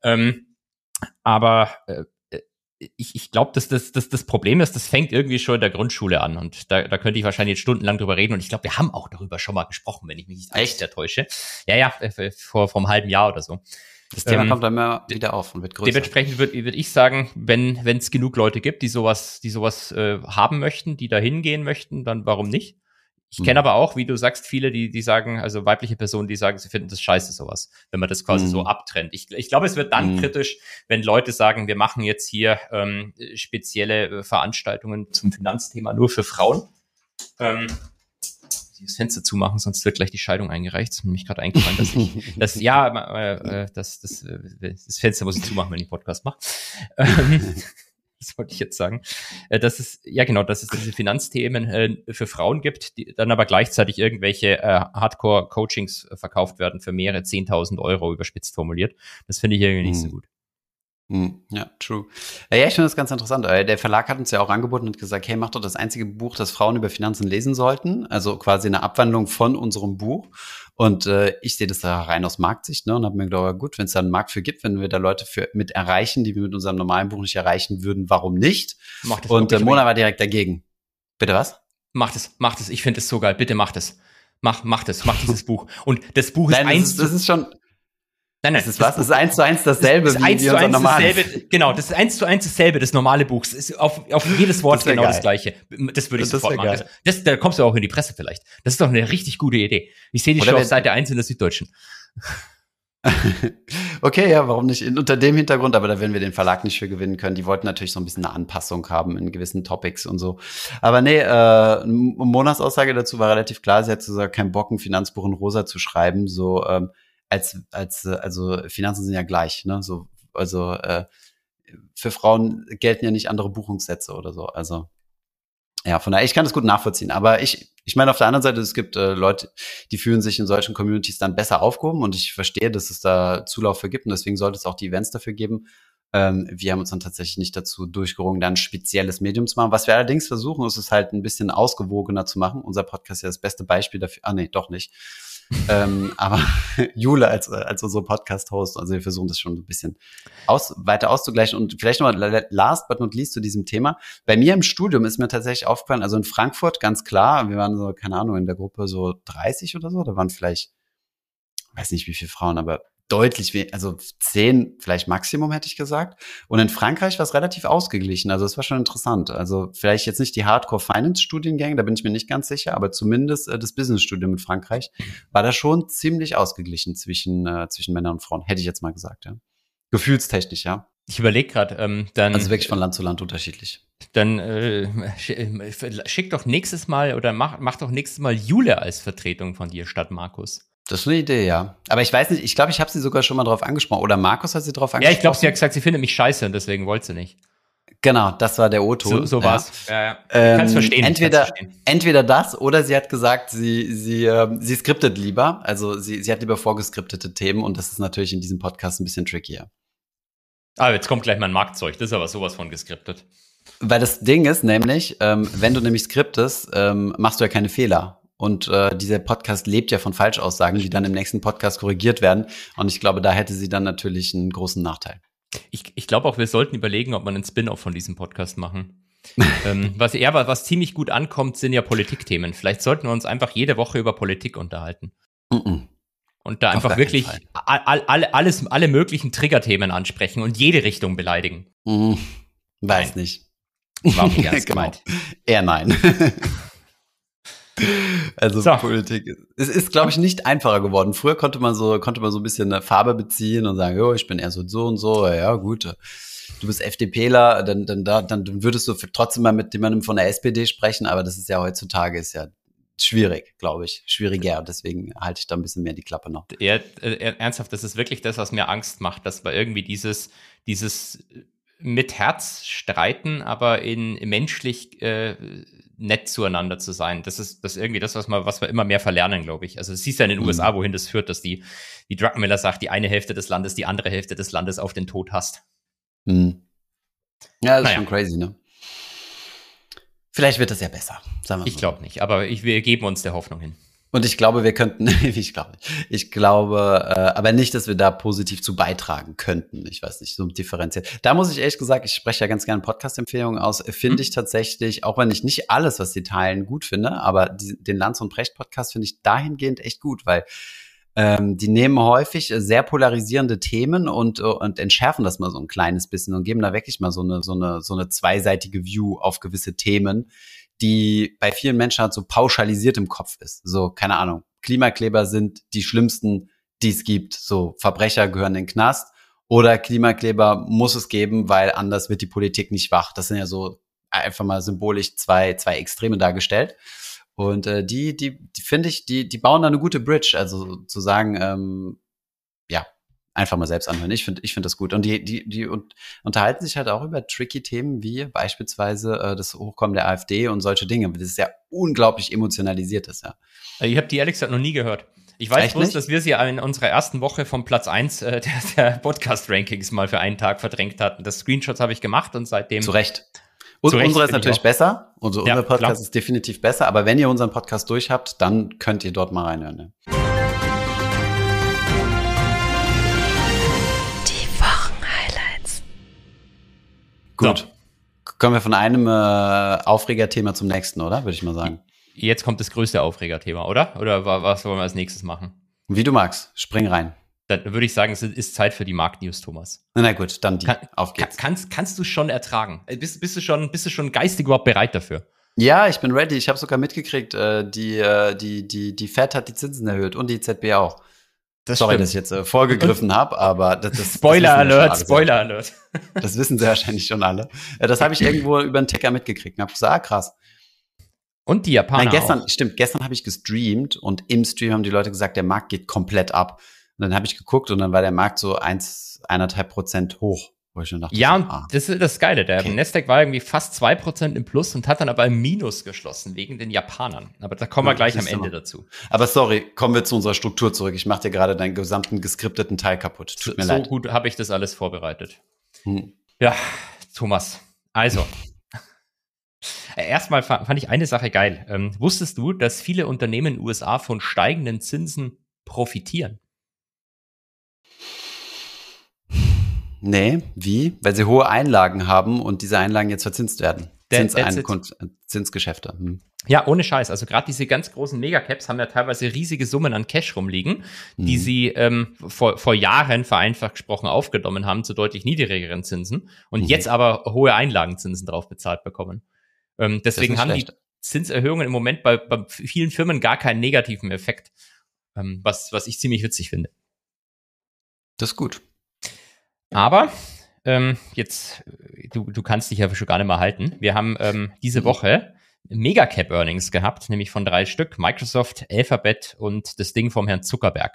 Aber ich glaube, dass das Problem ist, das fängt irgendwie schon in der Grundschule an. Und da könnte ich wahrscheinlich jetzt stundenlang drüber reden. Und ich glaube, wir haben auch darüber schon mal gesprochen, wenn ich mich nicht echt täusche. Ja, vor einem halben Jahr oder so. Das Thema kommt dann immer wieder auf und wird größer. Dementsprechend würde ich sagen, wenn es genug Leute gibt, die sowas haben möchten, die da hingehen möchten, dann warum nicht? Ich kenne aber auch, wie du sagst, viele, die sagen, also weibliche Personen, die sagen, sie finden das scheiße, sowas, wenn man das quasi so abtrennt. Ich glaube, es wird dann kritisch, wenn Leute sagen, wir machen jetzt hier spezielle Veranstaltungen zum Finanzthema nur für Frauen. Das Fenster zumachen, sonst wird gleich die Scheidung eingereicht. Das ist mir nämlich gerade eingefallen, das Fenster muss ich zumachen, wenn ich einen Podcast mache. Das wollte ich jetzt sagen, dass es diese Finanzthemen für Frauen gibt, die dann aber gleichzeitig irgendwelche Hardcore-Coachings verkauft werden für mehrere 10.000 Euro, überspitzt formuliert. Das finde ich irgendwie nicht so gut. Ja, true. Ja, ich finde das ganz interessant. Der Verlag hat uns ja auch angeboten und gesagt, hey, mach doch das einzige Buch, das Frauen über Finanzen lesen sollten. Also quasi eine Abwandlung von unserem Buch. Und ich sehe das da rein aus Marktsicht, ne, und habe mir gedacht, gut, wenn es da einen Markt für gibt, wenn wir da Leute mit erreichen, die wir mit unserem normalen Buch nicht erreichen würden, warum nicht? Und Mona war direkt dagegen. Bitte was? Mach das. Ich finde es so geil. Bitte mach das. Mach dieses Buch. Und das Buch ist das ist schon... Nein, das ist 1:1 dasselbe wie unser normales. Genau, das ist 1:1 dasselbe, das normale Buch. Das ist auf jedes Wort genau das Gleiche. Das würde ich sofort machen. Da kommst du auch in die Presse vielleicht. Das ist doch eine richtig gute Idee. Ich sehe die schon auf Seite 1 in der Süddeutschen. Okay, ja, warum nicht? Unter dem Hintergrund, aber da werden wir den Verlag nicht für gewinnen können. Die wollten natürlich so ein bisschen eine Anpassung haben in gewissen Topics und so. Aber nee, Monas Aussage dazu war relativ klar. Sie hat gesagt, keinen Bock, ein Finanzbuch in rosa zu schreiben, so, also Finanzen sind ja gleich, ne? So, also für Frauen gelten ja nicht andere Buchungssätze oder so. Also ja, von daher, ich kann das gut nachvollziehen. Aber ich meine, auf der anderen Seite, es gibt Leute, die fühlen sich in solchen Communities dann besser aufgehoben und ich verstehe, dass es da Zulauf für gibt und deswegen sollte es auch die Events dafür geben. Wir haben uns dann tatsächlich nicht dazu durchgerungen, dann ein spezielles Medium zu machen. Was wir allerdings versuchen, ist es halt ein bisschen ausgewogener zu machen. Unser Podcast ist ja das beste Beispiel dafür. Nee, doch nicht. Aber Jule als unsere Podcast-Host, also wir versuchen das schon ein bisschen weiter auszugleichen. Und vielleicht nochmal last but not least zu diesem Thema. Bei mir im Studium ist mir tatsächlich aufgefallen, also in Frankfurt ganz klar, wir waren so, keine Ahnung, in der Gruppe so 30 oder so, da waren vielleicht, weiß nicht wie viele Frauen, aber deutlich, also 10 vielleicht Maximum, hätte ich gesagt. Und in Frankreich war es relativ ausgeglichen. Also es war schon interessant. Also vielleicht jetzt nicht die Hardcore-Finance-Studiengänge, da bin ich mir nicht ganz sicher, aber zumindest das Business-Studium in Frankreich war da schon ziemlich ausgeglichen zwischen Männern und Frauen, hätte ich jetzt mal gesagt, ja. Gefühlstechnisch, ja. Ich überlege gerade, dann... Also wirklich von Land zu Land unterschiedlich. Dann schick doch nächstes Mal oder mach doch nächstes Mal Jule als Vertretung von dir statt Markus. Das ist eine Idee, ja. Aber ich weiß nicht, ich glaube, ich habe sie sogar schon mal drauf angesprochen. Oder Markus hat sie drauf angesprochen. Ja, ich glaube, sie hat gesagt, sie findet mich scheiße und deswegen wollte sie nicht. Genau, das war der O-Ton. So war's. Ja. Ich kann's verstehen. Entweder das oder sie hat gesagt, sie skriptet lieber. Also sie hat lieber vorgeskriptete Themen und das ist natürlich in diesem Podcast ein bisschen trickier. Aber jetzt kommt gleich mein Marktzeug. Das ist aber sowas von geskriptet. Weil das Ding ist nämlich, wenn du nämlich skriptest, machst du ja keine Fehler. Und dieser Podcast lebt ja von Falschaussagen, die dann im nächsten Podcast korrigiert werden. Und ich glaube, da hätte sie dann natürlich einen großen Nachteil. Ich glaube auch, wir sollten überlegen, ob man einen Spin-off von diesem Podcast machen. Was ziemlich gut ankommt, sind ja Politikthemen. Vielleicht sollten wir uns einfach jede Woche über Politik unterhalten. Und da einfach wirklich alle möglichen Triggerthemen ansprechen und jede Richtung beleidigen. Weiß nicht. War auch nicht ernst gemeint. Eher nein. Also so. Politik ist, glaube ich, nicht einfacher geworden. Früher konnte man so ein bisschen eine Farbe beziehen und sagen, jo, ich bin eher so und so, ja gut, du bist FDPler, dann würdest du trotzdem mal mit jemandem von der SPD sprechen, aber das ist ja heutzutage schwierig, glaube ich, schwieriger. Deswegen halte ich da ein bisschen mehr die Klappe noch. Ernsthaft, das ist wirklich das, was mir Angst macht, dass wir irgendwie dieses mit Herz streiten, aber in menschlich nett zueinander zu sein. Das ist irgendwie das, was wir immer mehr verlernen, glaube ich. Also es siehst ja in den USA, wohin das führt, dass die Druckenmiller sagt, die eine Hälfte des Landes, die andere Hälfte des Landes auf den Tod hasst. Ja, das ist schon crazy, ne? Vielleicht wird das ja besser, sagen wir mal. Ich glaube nicht, aber wir geben uns der Hoffnung hin. Und ich glaube, wir könnten, ich glaube, aber nicht, dass wir da positiv zu beitragen könnten. Ich weiß nicht, so differenziert. Da muss ich ehrlich gesagt, ich spreche ja ganz gerne Podcast-Empfehlungen aus, finde ich tatsächlich, auch wenn ich nicht alles, was sie teilen, gut finde, aber den Lanz und Precht Podcast finde ich dahingehend echt gut, weil die nehmen häufig sehr polarisierende Themen und entschärfen das mal so ein kleines bisschen und geben da wirklich mal so eine zweiseitige View auf gewisse Themen, die bei vielen Menschen halt so pauschalisiert im Kopf ist. So, keine Ahnung, Klimakleber sind die schlimmsten, die es gibt. So, Verbrecher gehören in den Knast oder Klimakleber muss es geben, weil anders wird die Politik nicht wach. Das sind ja so einfach mal symbolisch zwei Extreme dargestellt. Und die finde ich, die bauen da eine gute Bridge. Also zu sagen, einfach mal selbst anhören. Ich finde das gut. Und die unterhalten sich halt auch über tricky Themen wie beispielsweise das Hochkommen der AfD und solche Dinge. Das ist ja unglaublich emotionalisiert ist, ja. Ich habe die ehrlich gesagt noch nie gehört. Ich weiß bloß, dass wir sie in unserer ersten Woche vom Platz 1 der Podcast-Rankings mal für einen Tag verdrängt hatten. Das Screenshots habe ich gemacht und seitdem... Zu Recht. Und unsere ist natürlich besser. Unser Podcast ist definitiv besser. Aber wenn ihr unseren Podcast durch habt, dann könnt ihr dort mal reinhören. Ne? Gut. So. Kommen wir von einem Aufregerthema zum nächsten, oder? Würde ich mal sagen. Jetzt kommt das größte Aufregerthema, oder? Oder was wollen wir als nächstes machen? Wie du magst. Spring rein. Dann würde ich sagen, es ist Zeit für die Marktnews, Thomas. Na gut, dann auf geht's. Kannst du schon ertragen? Bist du schon geistig überhaupt bereit dafür? Ja, ich bin ready. Ich habe sogar mitgekriegt, die Fed hat die Zinsen erhöht und die EZB auch. Sorry, dass ich jetzt vorgegriffen habe, aber das Spoiler Alert. Das wissen sie wahrscheinlich schon alle. Das habe ich irgendwo über einen Ticker mitgekriegt und habe gesagt, krass. Und die Japaner gestern habe ich gestreamt und im Stream haben die Leute gesagt, der Markt geht komplett ab. Und dann habe ich geguckt und dann war der Markt so 1,5% hoch. Wo ich schon dachte, ja, und das ist das Geile. Der Nasdaq war irgendwie fast 2% im Plus und hat dann aber im Minus geschlossen, wegen den Japanern. Aber da kommen wir gleich am Ende dazu. Aber sorry, kommen wir zu unserer Struktur zurück. Ich mache dir gerade deinen gesamten geskripteten Teil kaputt. Tut mir leid. So gut habe ich das alles vorbereitet. Ja, Thomas. Also, erstmal fand ich eine Sache geil. Wusstest du, dass viele Unternehmen in den USA von steigenden Zinsen profitieren? Nee, wie? Weil sie hohe Einlagen haben und diese Einlagen jetzt verzinst werden. Zinsgeschäfte. Ja, ohne Scheiß. Also gerade diese ganz großen Megacaps haben ja teilweise riesige Summen an Cash rumliegen, die sie vor Jahren, vereinfacht gesprochen, aufgenommen haben zu deutlich niedrigeren Zinsen und jetzt aber hohe Einlagenzinsen drauf bezahlt bekommen. Deswegen haben die Zinserhöhungen im Moment bei vielen Firmen gar keinen negativen Effekt, was ich ziemlich witzig finde. Das ist gut. Aber jetzt, du kannst dich ja schon gar nicht mehr halten. Wir haben diese Woche Megacap-Earnings gehabt, nämlich von 3 Stück. Microsoft, Alphabet und das Ding vom Herrn Zuckerberg.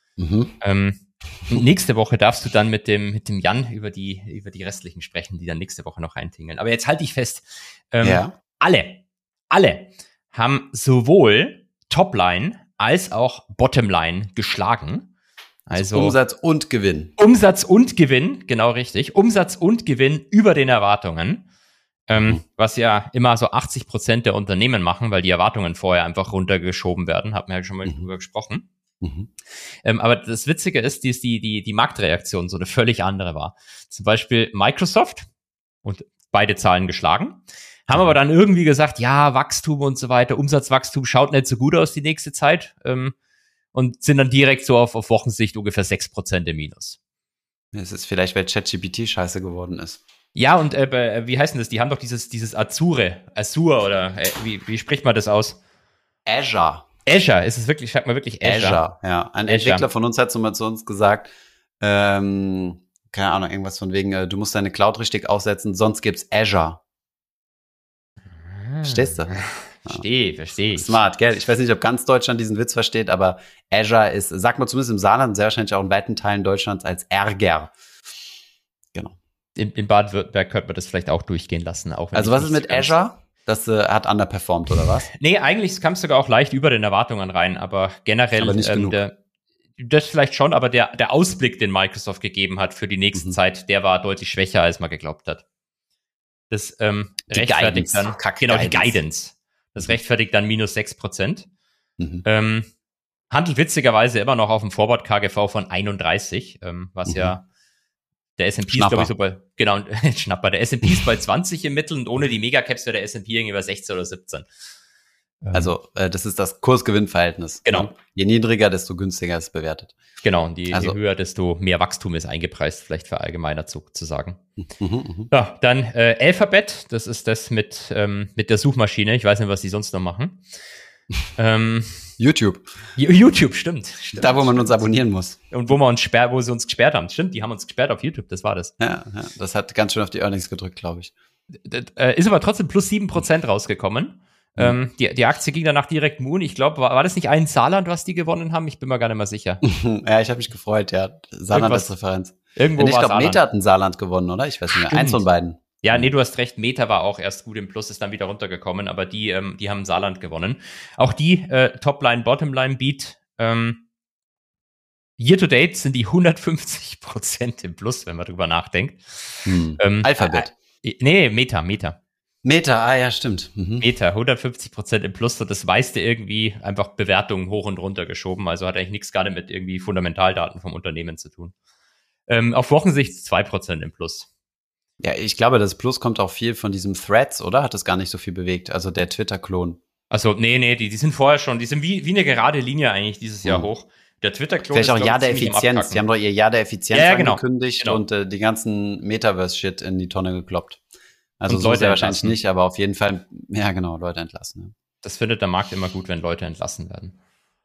Nächste Woche darfst du dann mit dem Jan über die restlichen sprechen, die dann nächste Woche noch reintingeln. Aber jetzt halte ich fest. Alle haben sowohl Topline als auch Bottomline geschlagen. Also Umsatz und Gewinn. Umsatz und Gewinn, genau richtig. Umsatz und Gewinn über den Erwartungen, was ja immer so 80% der Unternehmen machen, weil die Erwartungen vorher einfach runtergeschoben werden, haben wir ja schon mal drüber gesprochen. Aber das Witzige ist, dass die Marktreaktion so eine völlig andere war. Zum Beispiel Microsoft und beide Zahlen geschlagen, haben aber dann irgendwie gesagt, ja, Wachstum und so weiter, Umsatzwachstum schaut nicht so gut aus die nächste Zeit. Und sind dann direkt so auf Wochensicht ungefähr 6% im Minus. Es ist vielleicht, weil ChatGPT scheiße geworden ist. Ja, und wie heißt denn das? Die haben doch dieses Azure oder wie spricht man das aus? Azure, ist es wirklich, sagt man wirklich Azure? Azure, ja. Ein Entwickler von uns hat zu uns gesagt, keine Ahnung, irgendwas von wegen, du musst deine Cloud richtig aufsetzen, sonst gibt's Azure. Verstehst du? Verstehe ich. Smart, gell? Ich weiß nicht, ob ganz Deutschland diesen Witz versteht, aber Azure ist, sagt man zumindest im Saarland, sehr wahrscheinlich auch in weiten Teilen Deutschlands als Ärger. Genau. In Baden-Württemberg könnte man das vielleicht auch durchgehen lassen. Auch wenn also was ist mit Azure? Das hat underperformed, oder was? Nee, eigentlich kam es sogar auch leicht über den Erwartungen rein, aber generell aber nicht genug. Das vielleicht schon, aber der Ausblick, den Microsoft gegeben hat für die nächste Zeit, der war deutlich schwächer, als man geglaubt hat. Das rechtfertigt dann die Guidance. Das rechtfertigt dann minus 6%. Handelt witzigerweise immer noch auf dem Forward KGV von 31, was ja der S&P ist, glaube ich, so bei, Schnapper. Der S&P ist bei 20 im Mittel und ohne die Megacaps wäre der S&P irgendwie bei 16 oder 17. Also, das ist das Kurs-Gewinn-Verhältnis. Genau. Je niedriger, desto günstiger ist es bewertet. Genau, und je höher, desto mehr Wachstum ist eingepreist, vielleicht verallgemeiner zu sagen. Ja, dann Alphabet, das ist das mit der Suchmaschine. Ich weiß nicht, was die sonst noch machen. YouTube. YouTube, stimmt. Da, wo man uns abonnieren muss. Und wo sie uns gesperrt haben. Stimmt, die haben uns gesperrt auf YouTube, das war das. Ja, das hat ganz schön auf die Earnings gedrückt, glaube ich. Ist aber trotzdem plus 7% rausgekommen. Die Aktie ging danach direkt Moon. Ich glaube, war das nicht ein Saarland, was die gewonnen haben? Ich bin mir gar nicht mehr sicher. Ja, ich habe mich gefreut, ja. Saarland als Referenz. Irgendwo ich glaube, Meta hat ein Saarland gewonnen, oder? Ich weiß nicht mehr. Eins von beiden. Ja, nee, du hast recht. Meta war auch erst gut im Plus, ist dann wieder runtergekommen, aber die haben Saarland gewonnen. Auch die Topline, Bottomline Beat. Year to date sind die 150% im Plus, wenn man drüber nachdenkt. Alphabet. Nee, Meta. Meta, ja, stimmt. Meta, 150% im Plus, und das meiste irgendwie einfach Bewertungen hoch und runter geschoben, also hat eigentlich nichts gar nicht mit irgendwie Fundamentaldaten vom Unternehmen zu tun. Auf Wochensicht 2% im Plus. Ja, ich glaube, das Plus kommt auch viel von diesem Threads, oder? Hat das gar nicht so viel bewegt, also der Twitter-Klon. Also, nee, die sind vorher schon, die sind wie eine gerade Linie eigentlich dieses Jahr hoch. Der Twitter-Klon ist, auch Jahr der Effizienz. Die haben doch ihr Jahr der Effizienz angekündigt genau. Und die ganzen Metaverse-Shit in die Tonne gekloppt. Also so Leute sehr wahrscheinlich nicht, aber auf jeden Fall, ja genau, Leute entlassen. Ja. Das findet der Markt immer gut, wenn Leute entlassen werden.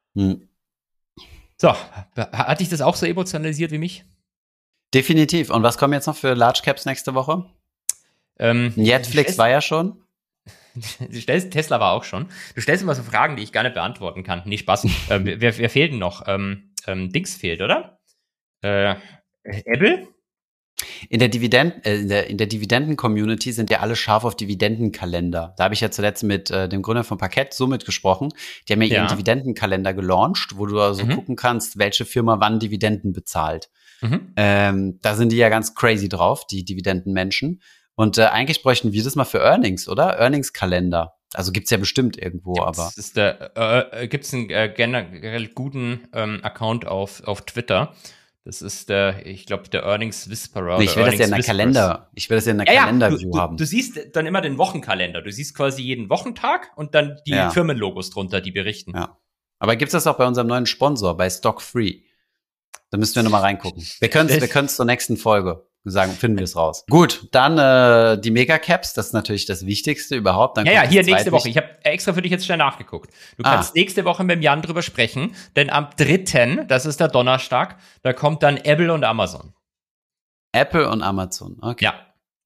So, hat dich das auch so emotionalisiert wie mich? Definitiv. Und was kommen jetzt noch für Large Caps nächste Woche? Netflix war ja schon. Tesla war auch schon. Du stellst immer so Fragen, die ich gar nicht beantworten kann. Nee, Spaß. Wer fehlt denn noch? Dings fehlt, oder? Apple? In der Dividenden-Community sind ja alle scharf auf Dividendenkalender. Da habe ich ja zuletzt mit dem Gründer von Parkett Summit gesprochen. Die haben ja ihren Dividendenkalender gelauncht, wo du also gucken kannst, welche Firma wann Dividenden bezahlt. Da sind die ja ganz crazy drauf, die Dividendenmenschen. Und eigentlich bräuchten wir das mal für Earnings, oder? Earnings-Kalender. Also gibt's ja bestimmt irgendwo, aber. Gibt's einen generell guten Account auf Twitter. Das ist ich glaube, der Earnings Whisperer. Nee, ich will das ja in der Kalender-View haben. Du siehst dann immer den Wochenkalender. Du siehst quasi jeden Wochentag und dann die Firmenlogos drunter, die berichten. Ja. Aber gibt's das auch bei unserem neuen Sponsor, bei Stock Free? Da müssten wir nochmal reingucken. Wir können es zur nächsten Folge sagen, finden wir es raus. Gut, dann die Megacaps, das ist natürlich das Wichtigste überhaupt. Dann hier nächste Woche. Ich habe extra für dich jetzt schnell nachgeguckt. Du kannst nächste Woche mit dem Jan drüber sprechen, denn am 3., das ist der Donnerstag, da kommt dann Apple und Amazon. Apple und Amazon, okay. Ja.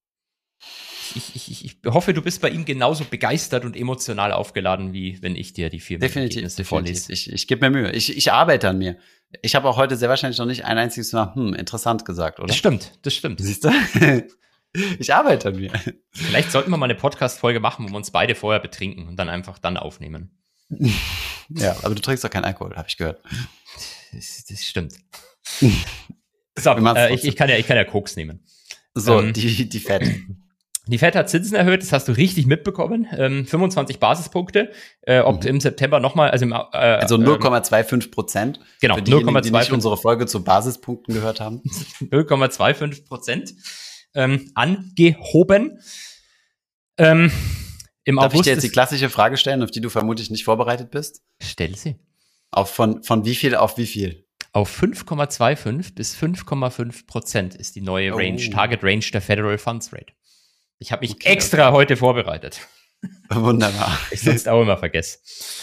Ich hoffe, du bist bei ihm genauso begeistert und emotional aufgeladen, wie wenn ich dir die Firmenergebnisse vorlese. Ich gebe mir Mühe. Ich arbeite an mir. Ich habe auch heute sehr wahrscheinlich noch nicht ein einziges Mal interessant gesagt, oder? Das stimmt. Siehst du? Ich arbeite an mir. Vielleicht sollten wir mal eine Podcast-Folge machen, wo wir uns beide vorher betrinken und dann einfach aufnehmen. Ja, aber du trinkst doch keinen Alkohol, habe ich gehört. Das stimmt. So, ich kann ja Koks nehmen. So, die Fed. Die Fed hat Zinsen erhöht, das hast du richtig mitbekommen. 25 Basispunkte. Ob im September nochmal, also 0,25%. Genau, für diejenigen, die nicht unsere Folge zu Basispunkten gehört haben. 0,25% angehoben. Im Darf August ich dir jetzt die klassische Frage stellen, auf die du vermutlich nicht vorbereitet bist? Stell sie. Von wie viel auf wie viel? Auf 5,25 bis 5,5% ist die neue Range, Target Range der Federal Funds Rate. Ich habe mich extra heute vorbereitet. Wunderbar. Ich sonst auch immer vergesse.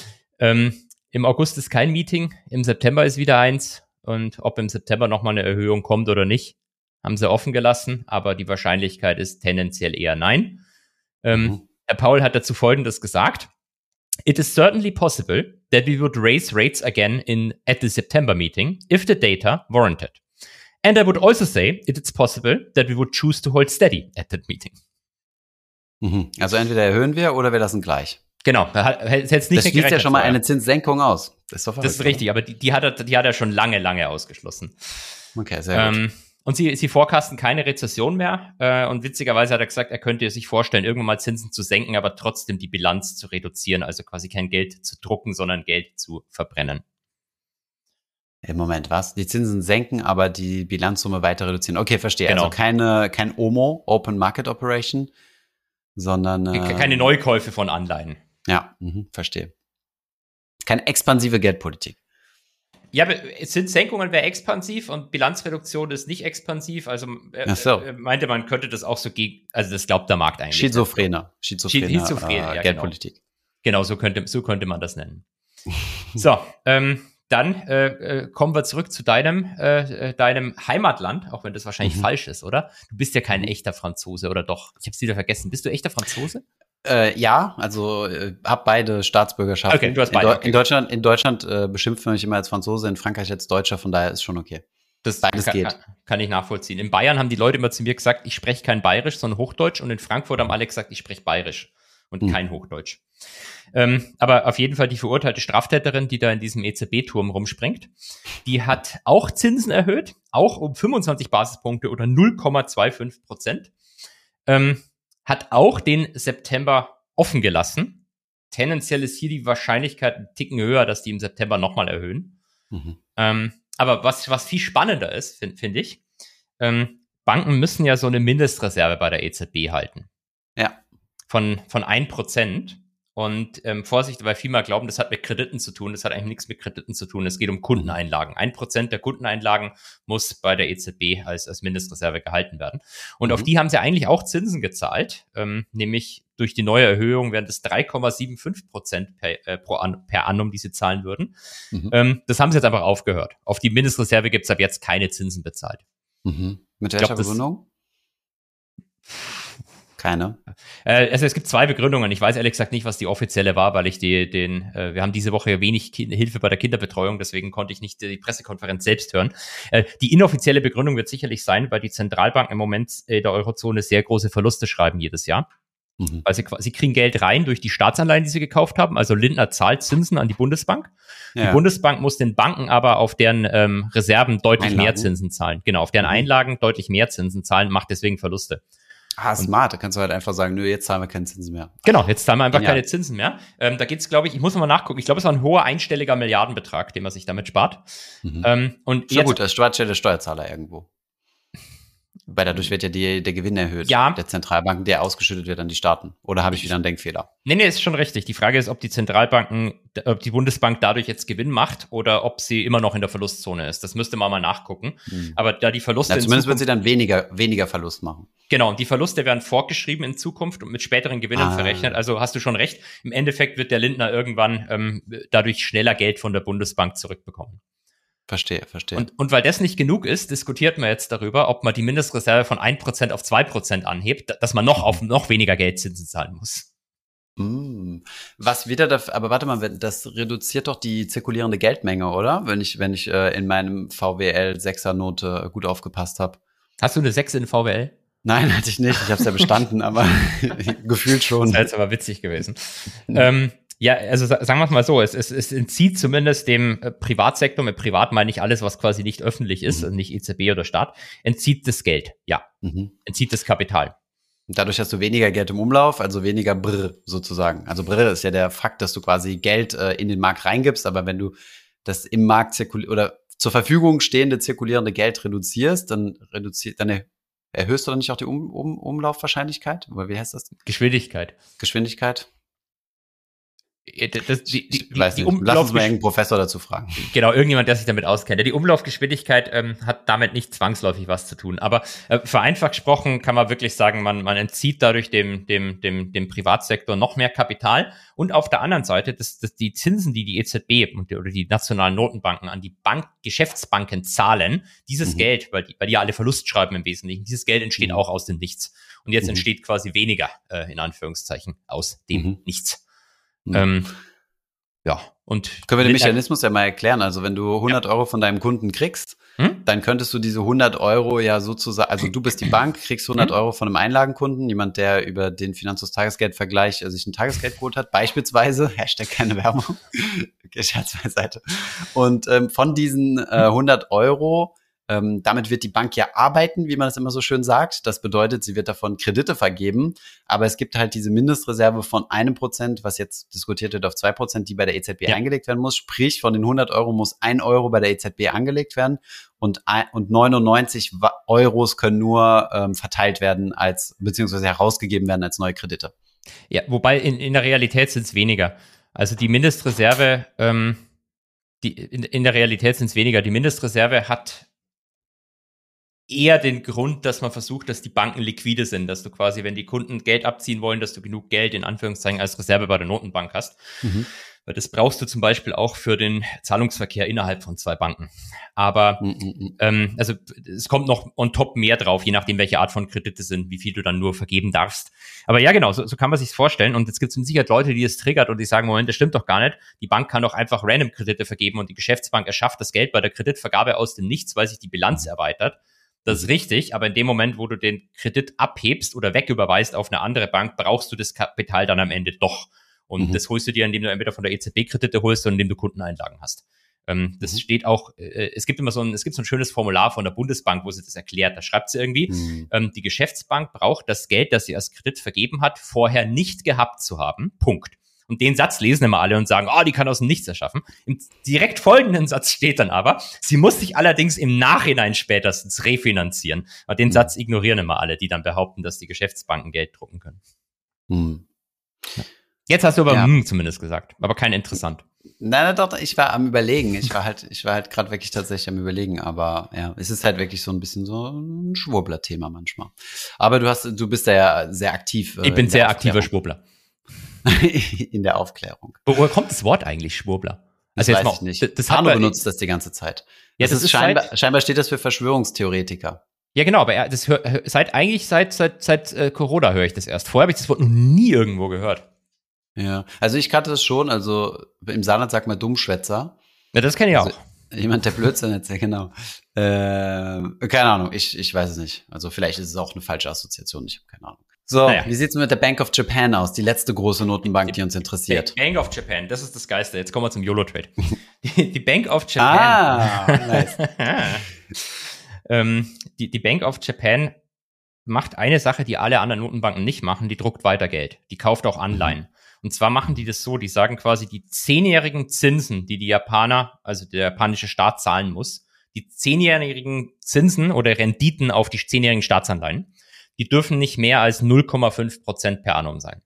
Im August ist kein Meeting, im September ist wieder eins. Und ob im September nochmal eine Erhöhung kommt oder nicht, haben sie offen gelassen. Aber die Wahrscheinlichkeit ist tendenziell eher nein. Herr Powell hat dazu Folgendes gesagt. It is certainly possible that we would raise rates again at the September meeting if the data warranted. And I would also say it is possible that we would choose to hold steady at that meeting. Also entweder erhöhen wir oder wir lassen gleich. Genau, das schließt ja schon mal eine Zinssenkung aus. Das ist doch verrückt, das ist richtig, aber die hat er schon lange ausgeschlossen. Okay, sehr gut. Und sie forecasten keine Rezession mehr. Und witzigerweise hat er gesagt, er könnte sich vorstellen, irgendwann mal Zinsen zu senken, aber trotzdem die Bilanz zu reduzieren. Also quasi kein Geld zu drucken, sondern Geld zu verbrennen. Im Moment, was? Die Zinsen senken, aber die Bilanzsumme weiter reduzieren. Okay, verstehe. Genau. Also kein OMO, Open Market Operation, sondern keine Neukäufe von Anleihen. Ja, verstehe. Keine expansive Geldpolitik. Ja, Zinssenkungen wäre expansiv und Bilanzreduktion ist nicht expansiv. Also meinte, man könnte das auch so also das glaubt der Markt eigentlich. Schizophrene ja, Geldpolitik. Genau, so könnte man das nennen. So, dann kommen wir zurück zu deinem Heimatland, auch wenn das wahrscheinlich falsch ist, oder? Du bist ja kein echter Franzose, oder doch? Ich habe es wieder vergessen. Bist du echter Franzose? Ja, also habe beide Staatsbürgerschaften. Okay, du hast beide. In Deutschland beschimpft man mich immer als Franzose, in Frankreich als Deutscher, von daher ist schon okay. Beides geht. Kann ich nachvollziehen. In Bayern haben die Leute immer zu mir gesagt, ich spreche kein Bayerisch, sondern Hochdeutsch. Und in Frankfurt haben alle gesagt, ich spreche Bayerisch und kein Hochdeutsch. Aber auf jeden Fall die verurteilte Straftäterin, die da in diesem EZB-Turm rumspringt, die hat auch Zinsen erhöht, auch um 25 Basispunkte oder 0,25%. Hat auch den September offen gelassen. Tendenziell ist hier die Wahrscheinlichkeit ein Ticken höher, dass die im September nochmal erhöhen. Aber was viel spannender ist, finde ich, Banken müssen ja so eine Mindestreserve bei der EZB halten. Ja. Von 1%. Und Vorsicht, weil viele mal glauben, das hat mit Krediten zu tun. Das hat eigentlich nichts mit Krediten zu tun. Es geht um Kundeneinlagen. 1% der Kundeneinlagen muss bei der EZB als Mindestreserve gehalten werden. Und auf die haben sie eigentlich auch Zinsen gezahlt. Nämlich durch die neue Erhöhung wären das 3,75% per annum, die sie zahlen würden. Das haben sie jetzt einfach aufgehört. Auf die Mindestreserve gibt es ab jetzt keine Zinsen bezahlt. Mit welcher Begründung? Keine. Also es gibt zwei Begründungen. Ich weiß ehrlich gesagt nicht, was die offizielle war, weil ich wir haben diese Woche wenig Hilfe bei der Kinderbetreuung, deswegen konnte ich nicht die Pressekonferenz selbst hören. Die inoffizielle Begründung wird sicherlich sein, weil die Zentralbanken im Moment der Eurozone sehr große Verluste schreiben jedes Jahr. Weil sie kriegen Geld rein durch die Staatsanleihen, die sie gekauft haben. Also Lindner zahlt Zinsen an die Bundesbank. Ja. Die Bundesbank muss den Banken aber auf deren Reserven deutlich mehr Zinsen zahlen. Genau, auf deren Einlagen deutlich mehr Zinsen zahlen, macht deswegen Verluste. Smart, da kannst du halt einfach sagen, nö, jetzt zahlen wir keine Zinsen mehr. Genau, jetzt zahlen wir einfach keine Zinsen mehr. Da geht's, glaube ich muss mal nachgucken, ich glaube, es war ein hoher einstelliger Milliardenbetrag, den man sich damit spart. Und ja gut, das stellt der Steuerzahler irgendwo. Weil dadurch wird ja der Gewinn erhöht, der Zentralbanken, der ausgeschüttet wird an die Staaten. Oder habe ich wieder einen Denkfehler? Nee, ist schon richtig. Die Frage ist, ob ob die Bundesbank dadurch jetzt Gewinn macht oder ob sie immer noch in der Verlustzone ist. Das müsste man mal nachgucken. Aber da die Verluste zumindest wird sie dann weniger Verlust machen. Genau, und die Verluste werden fortgeschrieben in Zukunft und mit späteren Gewinnen verrechnet. Also hast du schon recht. Im Endeffekt wird der Lindner irgendwann dadurch schneller Geld von der Bundesbank zurückbekommen. Verstehe. Und weil das nicht genug ist, diskutiert man jetzt darüber, ob man die Mindestreserve von 1% auf 2% anhebt, dass man noch weniger Geldzinsen zahlen muss. Was wieder aber warte mal, das reduziert doch die zirkulierende Geldmenge, oder? Wenn ich in meinem VWL 6er-Note gut aufgepasst habe. Hast du eine 6 in VWL? Nein, hatte ich nicht. Ich habe es ja bestanden, aber gefühlt schon. Das wäre jetzt aber witzig gewesen. Ja, also sagen wir es mal so, es entzieht zumindest dem Privatsektor, mit Privat meine ich alles, was quasi nicht öffentlich ist, also nicht EZB oder Staat, entzieht das Geld, entzieht das Kapital. Und dadurch hast du weniger Geld im Umlauf, also weniger Brr sozusagen. Also Brr ist ja der Fakt, dass du quasi Geld in den Markt reingibst, aber wenn du das im Markt oder zur Verfügung stehende zirkulierende Geld reduzierst, dann erhöhst du dann nicht auch die Umlaufwahrscheinlichkeit? Oder wie heißt das? Geschwindigkeit. Ich weiß nicht. Lass uns mal irgendeinen Professor dazu fragen. Genau, irgendjemand, der sich damit auskennt. Die Umlaufgeschwindigkeit hat damit nicht zwangsläufig was zu tun. Aber vereinfacht gesprochen kann man wirklich sagen, man entzieht dadurch dem Privatsektor noch mehr Kapital. Und auf der anderen Seite, dass die Zinsen, die EZB oder die nationalen Notenbanken an die Geschäftsbanken zahlen, dieses Geld, weil die alle Verlust schreiben im Wesentlichen, dieses Geld entsteht auch aus dem Nichts. Und jetzt entsteht quasi weniger, in Anführungszeichen, aus dem Nichts. Ja, und können wir den Mechanismus ja mal erklären. Also wenn du 100 Euro von deinem Kunden kriegst, dann könntest du diese 100 Euro ja sozusagen, also du bist die Bank, kriegst 100 Euro von einem Einlagenkunden, jemand, der über den Finanzfluss-Tagesgeldvergleich sich ein Tagesgeld geholt hat, beispielsweise, Hashtag keine Werbung, okay, Scherz beiseite. Und von diesen 100 Euro, damit wird die Bank ja arbeiten, wie man das immer so schön sagt. Das bedeutet, sie wird davon Kredite vergeben. Aber es gibt halt diese Mindestreserve von 1%, was jetzt diskutiert wird auf 2%, die bei der EZB eingelegt werden muss. Sprich, von den 100 Euro muss 1 Euro bei der EZB angelegt werden. Und 99 Euros können nur verteilt werden beziehungsweise herausgegeben werden als neue Kredite. Ja, wobei in der Realität sind es weniger. Also die Mindestreserve, in der Realität sind es weniger. Die Mindestreserve hat eher den Grund, dass man versucht, dass die Banken liquide sind, dass du quasi, wenn die Kunden Geld abziehen wollen, dass du genug Geld in Anführungszeichen als Reserve bei der Notenbank hast. Weil das brauchst du zum Beispiel auch für den Zahlungsverkehr innerhalb von 2 Banken. Aber also es kommt noch on top mehr drauf, je nachdem, welche Art von Kredite sind, wie viel du dann nur vergeben darfst. Aber ja, genau, so kann man sich's vorstellen. Und jetzt gibt es mit Sicherheit Leute, die es triggert und die sagen, Moment, das stimmt doch gar nicht. Die Bank kann doch einfach random Kredite vergeben und die Geschäftsbank erschafft das Geld bei der Kreditvergabe aus dem Nichts, weil sich die Bilanz erweitert. Das ist richtig, aber in dem Moment, wo du den Kredit abhebst oder wegüberweist auf eine andere Bank, brauchst du das Kapital dann am Ende doch. Und das holst du dir, indem du entweder von der EZB Kredite holst oder indem du Kundeneinlagen hast. Das steht auch, es gibt so ein schönes Formular von der Bundesbank, wo sie das erklärt. Da schreibt sie irgendwie, die Geschäftsbank braucht das Geld, das sie als Kredit vergeben hat, vorher nicht gehabt zu haben. Punkt. Und den Satz lesen immer alle und sagen, die kann aus dem Nichts erschaffen. Im direkt folgenden Satz steht dann aber, sie muss sich allerdings im Nachhinein spätestens refinanzieren. Aber den Satz ignorieren immer alle, die dann behaupten, dass die Geschäftsbanken Geld drucken können. Ja. Jetzt hast du aber zumindest gesagt, aber kein interessant. Nein, doch, ich war am Überlegen. Ich war halt gerade wirklich tatsächlich am Überlegen, aber ja, es ist halt wirklich so ein bisschen so ein Schwurbler-Thema manchmal. Aber du bist da ja sehr aktiv. Ich bin sehr aktiver Schwurbler. In der Aufklärung. Woher kommt das Wort eigentlich, Schwurbler? Also das weiß ich nicht. Arno benutzt das die ganze Zeit. Ja, das ist scheinbar steht das für Verschwörungstheoretiker. Ja, genau, aber seit Corona höre ich das erst. Vorher habe ich das Wort noch nie irgendwo gehört. Ja, also ich kannte das schon, also im Saarland sagt man Dummschwätzer. Ja, das kenne ich auch. Jemand, der Blödsinn erzählt, genau. Keine Ahnung, ich weiß es nicht. Also vielleicht ist es auch eine falsche Assoziation, ich habe keine Ahnung. So, Wie sieht's mit der Bank of Japan aus? Die letzte große Notenbank, die uns interessiert. Bank of Japan, das ist das Geiste. Jetzt kommen wir zum YOLO-Trade. Die Bank of Japan. Nice. Die Bank of Japan macht eine Sache, die alle anderen Notenbanken nicht machen. Die druckt weiter Geld. Die kauft auch Anleihen. Und zwar machen die das so, die sagen quasi, die 10-jährigen Zinsen, die Japaner, also der japanische Staat zahlen muss, die 10-jährigen Zinsen oder Renditen auf die 10-jährigen Staatsanleihen, die dürfen nicht mehr als 0,5% per annum sein.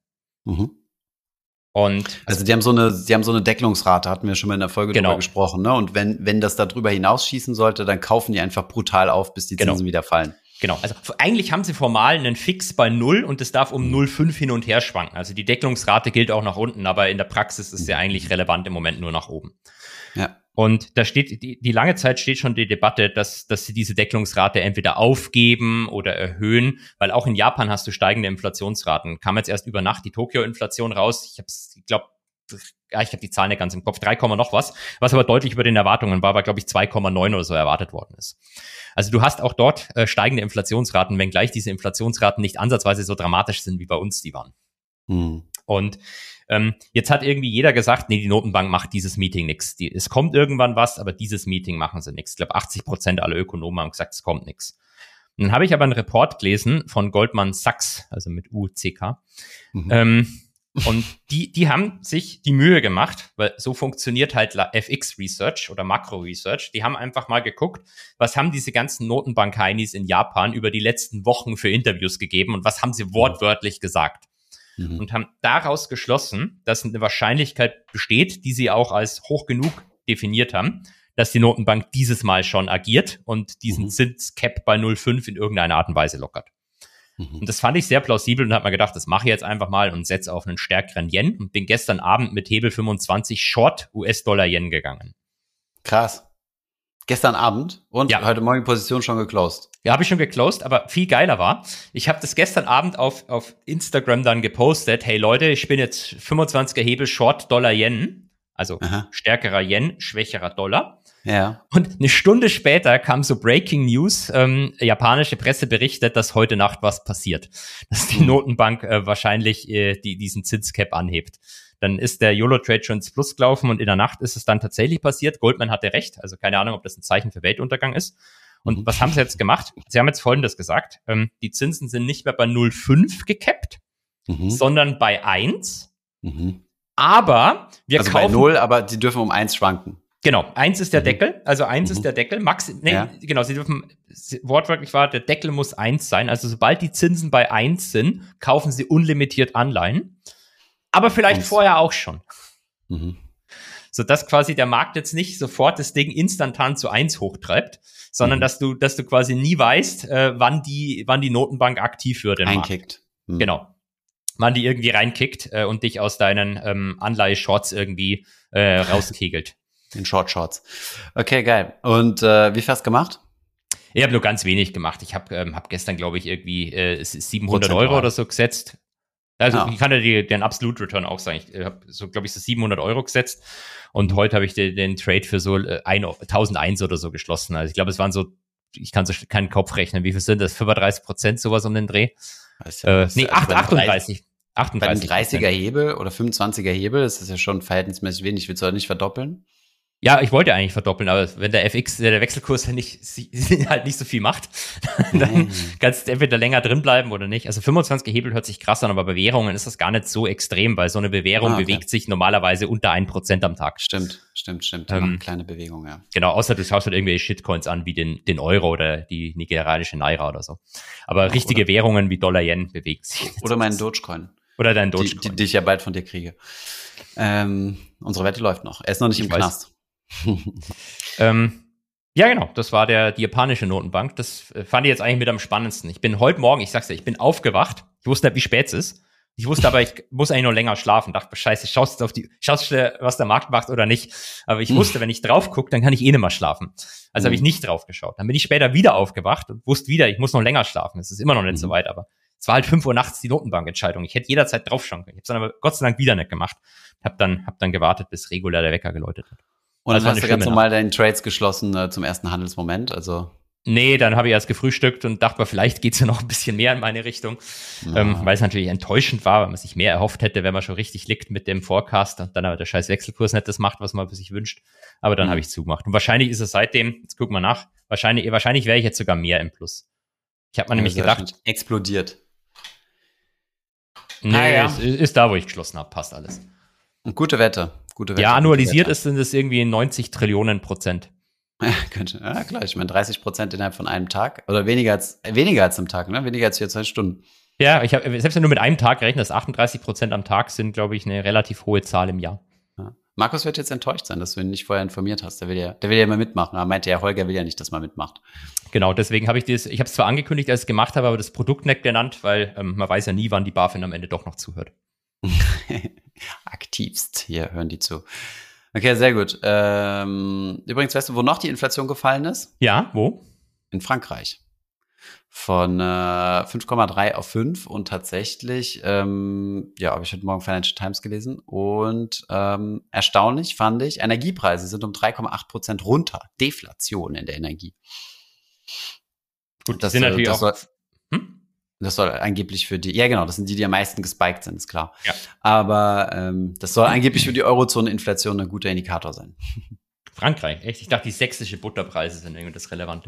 Und also die haben so eine Deckelungsrate, hatten wir schon mal in der Folge drüber gesprochen, ne? Und wenn das da drüber hinausschießen sollte, dann kaufen die einfach brutal auf, bis die Zinsen wieder fallen. Genau, also eigentlich haben sie formal einen Fix bei 0 und es darf um 0,5 hin und her schwanken. Also die Deckelungsrate gilt auch nach unten, aber in der Praxis ist sie eigentlich relevant im Moment nur nach oben. Ja. Und da steht, die lange Zeit steht schon die Debatte, dass sie diese Deckelungsrate entweder aufgeben oder erhöhen, weil auch in Japan hast du steigende Inflationsraten. Kam jetzt erst über Nacht die Tokio-Inflation raus. Ich habe die Zahlen nicht ganz im Kopf, 3, noch was aber deutlich über den Erwartungen war, weil, glaube ich, 2,9 oder so erwartet worden ist. Also du hast auch dort steigende Inflationsraten, wenngleich diese Inflationsraten nicht ansatzweise so dramatisch sind, wie bei uns die waren. Und jetzt hat irgendwie jeder gesagt, nee, die Notenbank macht dieses Meeting nix. Es kommt irgendwann was, aber dieses Meeting machen sie nix. Ich glaube, 80% aller Ökonomen haben gesagt, es kommt nix. Dann habe ich aber einen Report gelesen von Goldman Sachs, also mit UCK. Und die haben sich die Mühe gemacht, weil so funktioniert halt FX Research oder Makro Research. Die haben einfach mal geguckt, was haben diese ganzen Notenbank-Heinis in Japan über die letzten Wochen für Interviews gegeben und was haben sie wortwörtlich gesagt. und haben daraus geschlossen, dass eine Wahrscheinlichkeit besteht, die sie auch als hoch genug definiert haben, dass die Notenbank dieses Mal schon agiert und diesen Zinscap bei 0,5 in irgendeiner Art und Weise lockert. Und das fand ich sehr plausibel und habe mir gedacht, das mache ich jetzt einfach mal und setze auf einen stärkeren Yen und bin gestern Abend mit Hebel 25 Short US-Dollar-Yen gegangen. Krass. Gestern Abend und ja. Heute Morgen Position schon geclosed. Ja, habe ich schon geclosed, aber viel geiler war, ich habe das gestern Abend auf Instagram dann gepostet, hey Leute, ich bin jetzt 25er Hebel Short Dollar Yen, also stärkerer Yen, schwächerer Dollar. Ja. Und eine Stunde später kam so Breaking News, japanische Presse berichtet, dass heute Nacht was passiert, dass die Notenbank wahrscheinlich diesen Zinscap anhebt. Dann ist der YOLO-Trade schon ins Plus gelaufen und in der Nacht ist es dann tatsächlich passiert. Goldman hatte recht, also keine Ahnung, ob das ein Zeichen für Weltuntergang ist. Und was haben sie jetzt gemacht? Sie haben jetzt Folgendes gesagt, die Zinsen sind nicht mehr bei 0,5 gekappt, sondern bei 1. Aber wir also kaufen... bei 0, aber sie dürfen um 1 schwanken. Genau, 1 ist der Deckel, also 1 ist der Deckel. Genau, sie dürfen, wortwörtlich war, der Deckel muss 1 sein. Also sobald die Zinsen bei 1 sind, kaufen sie unlimitiert Anleihen. Aber vielleicht vorher auch schon. Sodass quasi der Markt jetzt nicht sofort das Ding instantan zu 1 hochtreibt, sondern dass du quasi nie weißt, wann die Notenbank aktiv wird im Markt. Einkickt. Genau. Wann die irgendwie reinkickt und dich aus deinen Anleihe-Shorts irgendwie rauskegelt. Den Shorts. Okay, geil. Und wie viel hast du gemacht? Ich habe nur ganz wenig gemacht. Ich habe gestern, glaube ich, irgendwie 700 Euro oder so gesetzt. Also ich kann ja den Absolute Return auch sagen. Ich habe so, glaube ich, so 700 Euro gesetzt. Und heute habe ich den Trade für so 1001 oder so geschlossen. Also ich glaube, es waren so, ich kann so keinen Kopf rechnen. Wie viel sind das? 35%, sowas um den Dreh? Nee, 38. Bei einem 30er Hebel oder 25er Hebel, das ist ja schon verhältnismäßig wenig. Willst du halt nicht verdoppeln? Ja, ich wollte eigentlich verdoppeln, aber wenn der Wechselkurs halt nicht so viel macht, dann kannst du entweder länger drin bleiben oder nicht. Also 25er Hebel hört sich krass an, aber bei Währungen ist das gar nicht so extrem, weil so eine Bewährung bewegt sich normalerweise unter 1% am Tag. Stimmt. Kleine Bewegung, ja. Genau, außer du schaust halt irgendwelche Shitcoins an, wie den Euro oder die nigerianische Naira oder so. Aber richtige Währungen wie Dollar, Yen bewegen sich. Oder meinen Dogecoin. Oder dein Dogecoin. Die ich ja bald von dir kriege. Unsere Wette läuft noch. Er ist noch nicht im Knast. Ja, genau. Das war die japanische Notenbank. Das fand ich jetzt eigentlich mit am spannendsten. Ich bin heute Morgen, ich sag's dir, ich bin aufgewacht. Ich wusste nicht, wie spät es ist. Ich wusste aber, ich muss eigentlich noch länger schlafen. Dachte, scheiße, schaust du, was der Markt macht oder nicht. Aber ich wusste, wenn ich drauf gucke, dann kann ich nicht mehr schlafen. Also habe ich nicht drauf geschaut. Dann bin ich später wieder aufgewacht und wusste wieder, ich muss noch länger schlafen. Es ist immer noch nicht so weit, aber es war halt 5 Uhr nachts die Notenbankentscheidung. Ich hätte jederzeit drauf schauen können. Ich habe es dann aber Gott sei Dank wieder nicht gemacht. Hab dann gewartet, bis regulär der Wecker geläutet hat. Und dann hast du ganz normal deine Trades geschlossen zum ersten Handelsmoment, also? Nee, dann habe ich erst gefrühstückt und dachte mir, vielleicht geht's ja noch ein bisschen mehr in meine Richtung, weil es natürlich enttäuschend war, weil man sich mehr erhofft hätte, wenn man schon richtig liegt mit dem Forecast und dann aber der scheiß Wechselkurs nicht das macht, was man sich wünscht. Aber dann habe ich zugemacht. Und wahrscheinlich ist es seitdem, jetzt gucken wir nach, wahrscheinlich wäre ich jetzt sogar mehr im Plus. Ich habe mir nämlich gedacht. Explodiert. Nee, es ist da, wo ich geschlossen habe, passt alles. Gute Wette. Ja, annualisiert sind es irgendwie 90 Trillionen %. Ja, könnte. Ja, klar. Ich meine, 30% innerhalb von einem Tag. Oder weniger als am Tag, ne? Weniger als 24 Stunden. Ja, ich habe selbst wenn du mit einem Tag rechnest, 38% am Tag sind, glaube ich, eine relativ hohe Zahl im Jahr. Ja. Markus wird jetzt enttäuscht sein, dass du ihn nicht vorher informiert hast. Der will ja immer mitmachen. Er meinte ja, Holger will ja nicht, dass man mitmacht. Genau, deswegen habe ich habe es zwar angekündigt, als ich es gemacht habe, aber das Produkt nicht genannt, weil man weiß ja nie, wann die BaFin am Ende doch noch zuhört. Aktivst, hier hören die zu. Okay, sehr gut. Übrigens, weißt du, wo noch die Inflation gefallen ist? Ja, wo? In Frankreich. Von 5,3 auf 5 und tatsächlich, habe ich heute Morgen Financial Times gelesen und erstaunlich fand ich, Energiepreise sind um 3,8% runter. Deflation in der Energie. Gut, das sind natürlich auch... Das soll angeblich für die, ja genau, das sind die am meisten gespiked sind, ist klar. Ja. Aber das soll angeblich für die Eurozone-Inflation ein guter Indikator sein. Frankreich, echt? Ich dachte, die sächsische Butterpreise sind irgendwie das Relevante.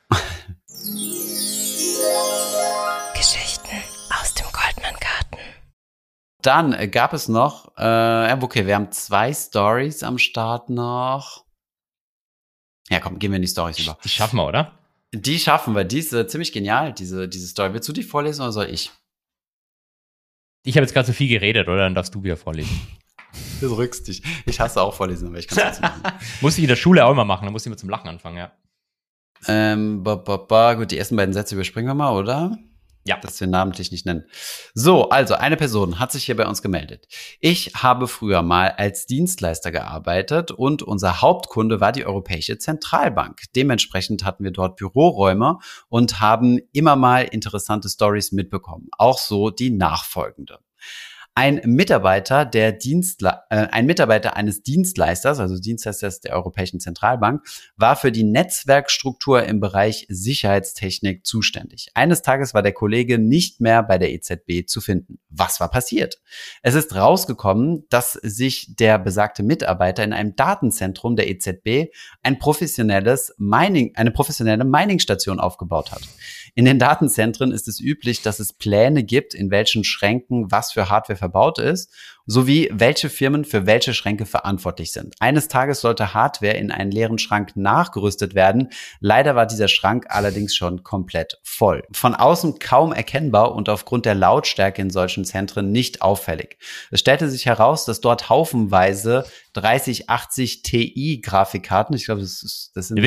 Geschichten aus dem Goldman-Garten. Dann gab es noch, okay, wir haben 2 Stories am Start noch. Ja, komm, gehen wir in die Stories über. Die schaffen wir, oder? Die schaffen wir. Die ist ziemlich genial, diese Story. Willst du die vorlesen oder soll ich? Ich habe jetzt gerade so viel geredet, oder? Dann darfst du wieder vorlesen. Du drückst dich. Ich hasse auch vorlesen, aber ich kann es machen. Muss ich in der Schule auch immer machen, dann muss ich immer zum Lachen anfangen, ja. Gut, die ersten beiden Sätze überspringen wir mal, oder? Ja. Dass wir namentlich nicht nennen. So, also eine Person hat sich hier bei uns gemeldet. Ich habe früher mal als Dienstleister gearbeitet und unser Hauptkunde war die Europäische Zentralbank. Dementsprechend hatten wir dort Büroräume und haben immer mal interessante Stories mitbekommen. Auch so die nachfolgende. Ein Mitarbeiter eines Dienstleisters, also Dienstleisters der Europäischen Zentralbank, war für die Netzwerkstruktur im Bereich Sicherheitstechnik zuständig. Eines Tages war der Kollege nicht mehr bei der EZB zu finden. Was war passiert? Es ist rausgekommen, dass sich der besagte Mitarbeiter in einem Datenzentrum der EZB eine professionelle Miningstation aufgebaut hat. In den Datenzentren ist es üblich, dass es Pläne gibt, in welchen Schränken was für Hardware verbaut ist, sowie welche Firmen für welche Schränke verantwortlich sind. Eines Tages sollte Hardware in einen leeren Schrank nachgerüstet werden. Leider war dieser Schrank allerdings schon komplett voll. Von außen kaum erkennbar und aufgrund der Lautstärke in solchen Zentren nicht auffällig. Es stellte sich heraus, dass dort haufenweise 3080 Ti Grafikkarten, ich glaube, das sind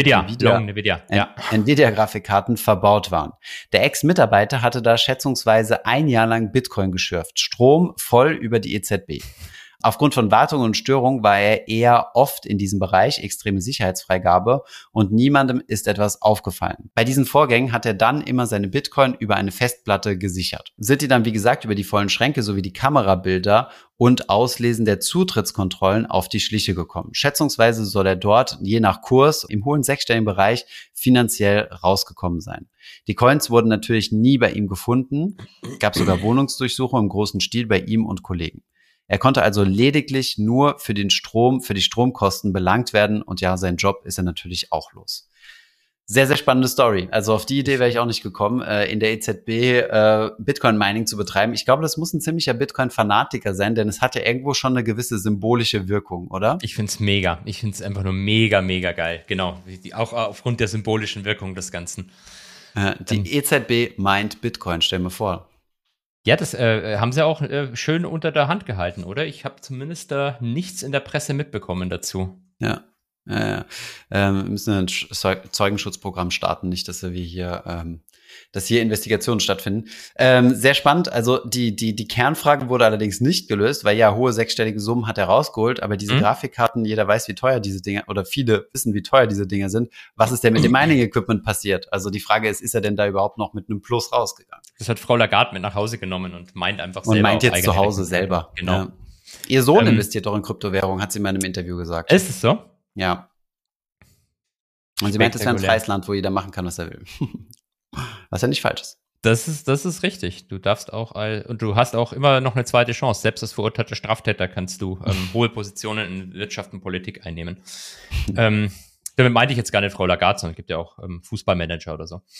Nvidia Grafikkarten verbaut waren. Der Ex-Mitarbeiter hatte da schätzungsweise ein Jahr lang Bitcoin geschürft. Strom voll über die EZB. Aufgrund von Wartungen und Störungen war er eher oft in diesem Bereich, extreme Sicherheitsfreigabe, und niemandem ist etwas aufgefallen. Bei diesen Vorgängen hat er dann immer seine Bitcoin über eine Festplatte gesichert. Sind die dann, wie gesagt, über die vollen Schränke sowie die Kamerabilder und Auslesen der Zutrittskontrollen auf die Schliche gekommen. Schätzungsweise soll er dort, je nach Kurs, im hohen sechsstelligen Bereich finanziell rausgekommen sein. Die Coins wurden natürlich nie bei ihm gefunden. Es gab sogar Wohnungsdurchsuchungen im großen Stil bei ihm und Kollegen. Er konnte also lediglich nur für die Stromkosten belangt werden und ja, sein Job ist er natürlich auch los. Sehr, sehr spannende Story. Also auf die Idee wäre ich auch nicht gekommen, in der EZB Bitcoin-Mining zu betreiben. Ich glaube, das muss ein ziemlicher Bitcoin-Fanatiker sein, denn es hat ja irgendwo schon eine gewisse symbolische Wirkung, oder? Ich find's mega. Ich find's einfach nur mega, mega geil. Genau. Auch aufgrund der symbolischen Wirkung des Ganzen. Die EZB meint Bitcoin, stell mir vor. Ja, das haben sie auch schön unter der Hand gehalten, oder? Ich habe zumindest da nichts in der Presse mitbekommen dazu. Ja. Wir müssen ein Zeugenschutzprogramm starten, nicht, dass wir hier, dass hier Investigationen stattfinden. Sehr spannend. Also die Kernfrage wurde allerdings nicht gelöst, weil ja hohe sechsstellige Summen hat er rausgeholt, aber diese Grafikkarten, jeder weiß, wie teuer diese Dinger, oder viele wissen, wie teuer diese Dinger sind. Was ist denn mit dem Mining-Equipment passiert? Also die Frage ist er denn da überhaupt noch mit einem Plus rausgegangen? Das hat Frau Lagarde mit nach Hause genommen und meint einfach selber. Und meint jetzt zu Hause selber. Genau. Ja. Ihr Sohn investiert doch in Kryptowährung, hat sie in meinem Interview gesagt. Ist es so? Ja. Und sie meint, es wäre ein freies Land, wo jeder machen kann, was er will. Was ja nicht falsch ist. Das ist richtig. Du darfst auch, und du hast auch immer noch eine zweite Chance. Selbst als verurteilter Straftäter kannst du hohe Positionen in Wirtschaft und Politik einnehmen. Damit meinte ich jetzt gar nicht Frau Lagarde, sondern es gibt ja auch Fußballmanager oder so.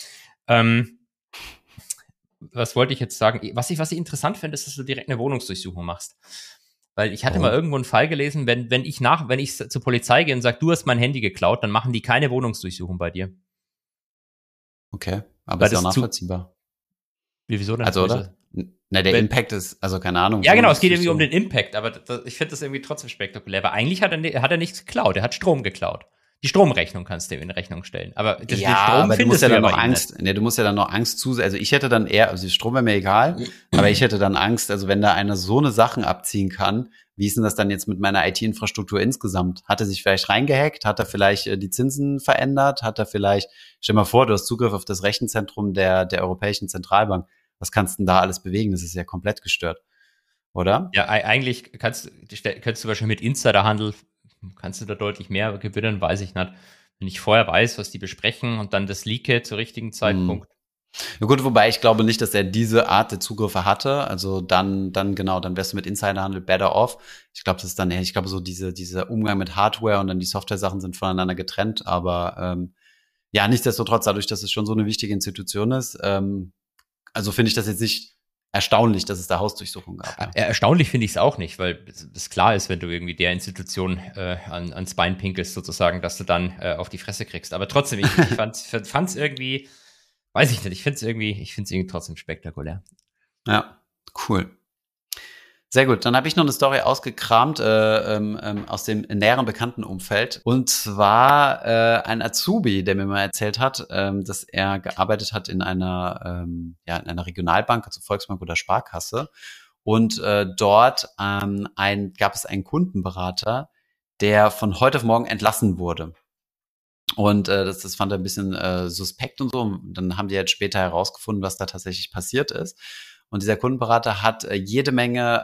Was wollte ich jetzt sagen? Was ich interessant finde, ist, dass du direkt eine Wohnungsdurchsuchung machst. Weil ich hatte mal irgendwo einen Fall gelesen, wenn ich zur Polizei gehe und sage, du hast mein Handy geklaut, dann machen die keine Wohnungsdurchsuchung bei dir. Okay, aber ist ja auch nachvollziehbar. Wieso denn? Also, oder? Na, der Impact ist, also keine Ahnung. Ja, genau, es geht irgendwie um den Impact, aber ich finde das irgendwie trotzdem spektakulär. Aber eigentlich hat er nichts geklaut, er hat Strom geklaut. Die Stromrechnung kannst du ihm in Rechnung stellen. Aber den Strom aber du musst ja dann noch Angst. Nee, du musst ja dann noch Angst zu. Also ich hätte dann eher, also Strom wäre mir egal, aber ich hätte dann Angst, also wenn da einer so eine Sachen abziehen kann, wie ist denn das dann jetzt mit meiner IT-Infrastruktur insgesamt? Hat er sich vielleicht reingehackt? Hat er vielleicht die Zinsen verändert? Hat er vielleicht, stell mal vor, du hast Zugriff auf das Rechenzentrum der Europäischen Zentralbank. Was kannst du denn da alles bewegen? Das ist ja komplett gestört, oder? Ja, eigentlich könntest du wahrscheinlich mit Insiderhandel kannst du da deutlich mehr gewinnen, weiß ich nicht. Wenn ich vorher weiß, was die besprechen und dann das leake zur richtigen Zeitpunkt. Ja gut, wobei ich glaube nicht, dass er diese Art der Zugriffe hatte. Also dann wärst du mit Insiderhandel better off. Ich glaube, das ist dann eher, so dieser Umgang mit Hardware und dann die Software-Sachen sind voneinander getrennt. Aber ja, nichtsdestotrotz, dadurch, dass es schon so eine wichtige Institution ist, also finde ich das jetzt nicht erstaunlich, dass es da Hausdurchsuchungen gab. Ja. Erstaunlich finde ich es auch nicht, weil es klar ist, wenn du irgendwie der Institution ans Bein pinkelst sozusagen, dass du dann auf die Fresse kriegst. Aber trotzdem, ich fand's irgendwie, weiß ich nicht, ich finde es irgendwie trotzdem spektakulär. Ja, cool. Sehr gut. Dann habe ich noch eine Story ausgekramt aus dem näheren Bekanntenumfeld. Und zwar ein Azubi, der mir mal erzählt hat, dass er gearbeitet hat in einer Regionalbank, also Volksbank oder Sparkasse. Und dort gab es einen Kundenberater, der von heute auf morgen entlassen wurde. Und das fand er ein bisschen suspekt und so. Und dann haben die jetzt später herausgefunden, was da tatsächlich passiert ist. Und dieser Kundenberater hat jede Menge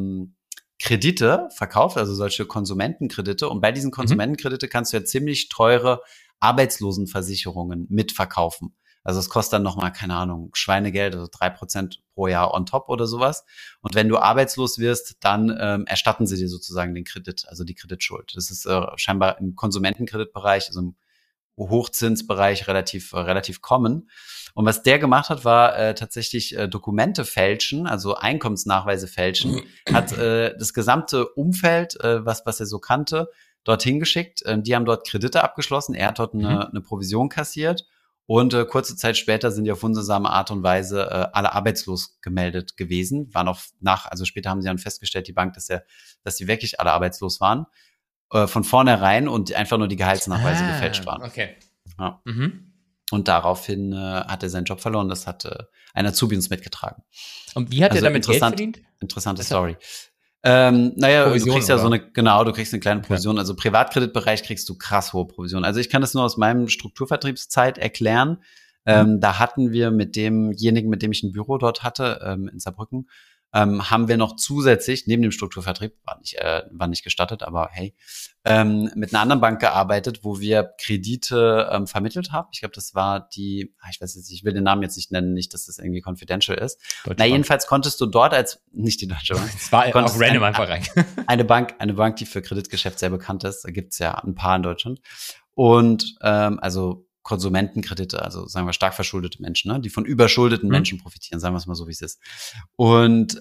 Kredite verkauft, also solche Konsumentenkredite. Und bei diesen Konsumentenkredite kannst du ja ziemlich teure Arbeitslosenversicherungen mitverkaufen. Also es kostet dann nochmal, keine Ahnung, Schweinegeld, also 3% pro Jahr on top oder sowas. Und wenn du arbeitslos wirst, dann erstatten sie dir sozusagen den Kredit, also die Kreditschuld. Das ist scheinbar im Konsumentenkreditbereich, also im Hochzinsbereich relativ common. Und was der gemacht hat, war tatsächlich Dokumente fälschen, also Einkommensnachweise fälschen, hat das gesamte Umfeld, was er so kannte, dorthin geschickt. Die haben dort Kredite abgeschlossen, er hat dort eine Provision kassiert und kurze Zeit später sind die auf wundersame Art und Weise alle arbeitslos gemeldet gewesen. Waren auch also später haben sie dann festgestellt, die Bank, dass die wirklich alle arbeitslos waren. Von vornherein und einfach nur die Gehaltsnachweise gefälscht waren. Okay. Ja. Und daraufhin hat er seinen Job verloren. Das hat ein Azubi uns mitgetragen. Und wie hat er damit Geld verdient? Interessante Story. Du kriegst ja oder? Du kriegst eine kleine Provision. Also Privatkreditbereich kriegst du krass hohe Provisionen. Also ich kann das nur aus meinem Strukturvertriebszeit erklären. Da hatten wir mit demjenigen, mit dem ich ein Büro dort hatte, in Saarbrücken, haben wir noch zusätzlich, neben dem Strukturvertrieb, war nicht gestattet, aber hey, mit einer anderen Bank gearbeitet, wo wir Kredite vermittelt haben. Ich glaube, das war ich weiß jetzt, ich will den Namen jetzt nicht nennen, nicht, dass das irgendwie confidential ist. Jedenfalls konntest du dort nicht die Deutsche Bank. Es war auch random einfach rein. Eine Bank, die für Kreditgeschäft sehr bekannt ist. Da gibt's ja ein paar in Deutschland. Und also Konsumentenkredite, also sagen wir stark verschuldete Menschen, ne, die von überschuldeten Menschen profitieren, sagen wir es mal so, wie es ist. Und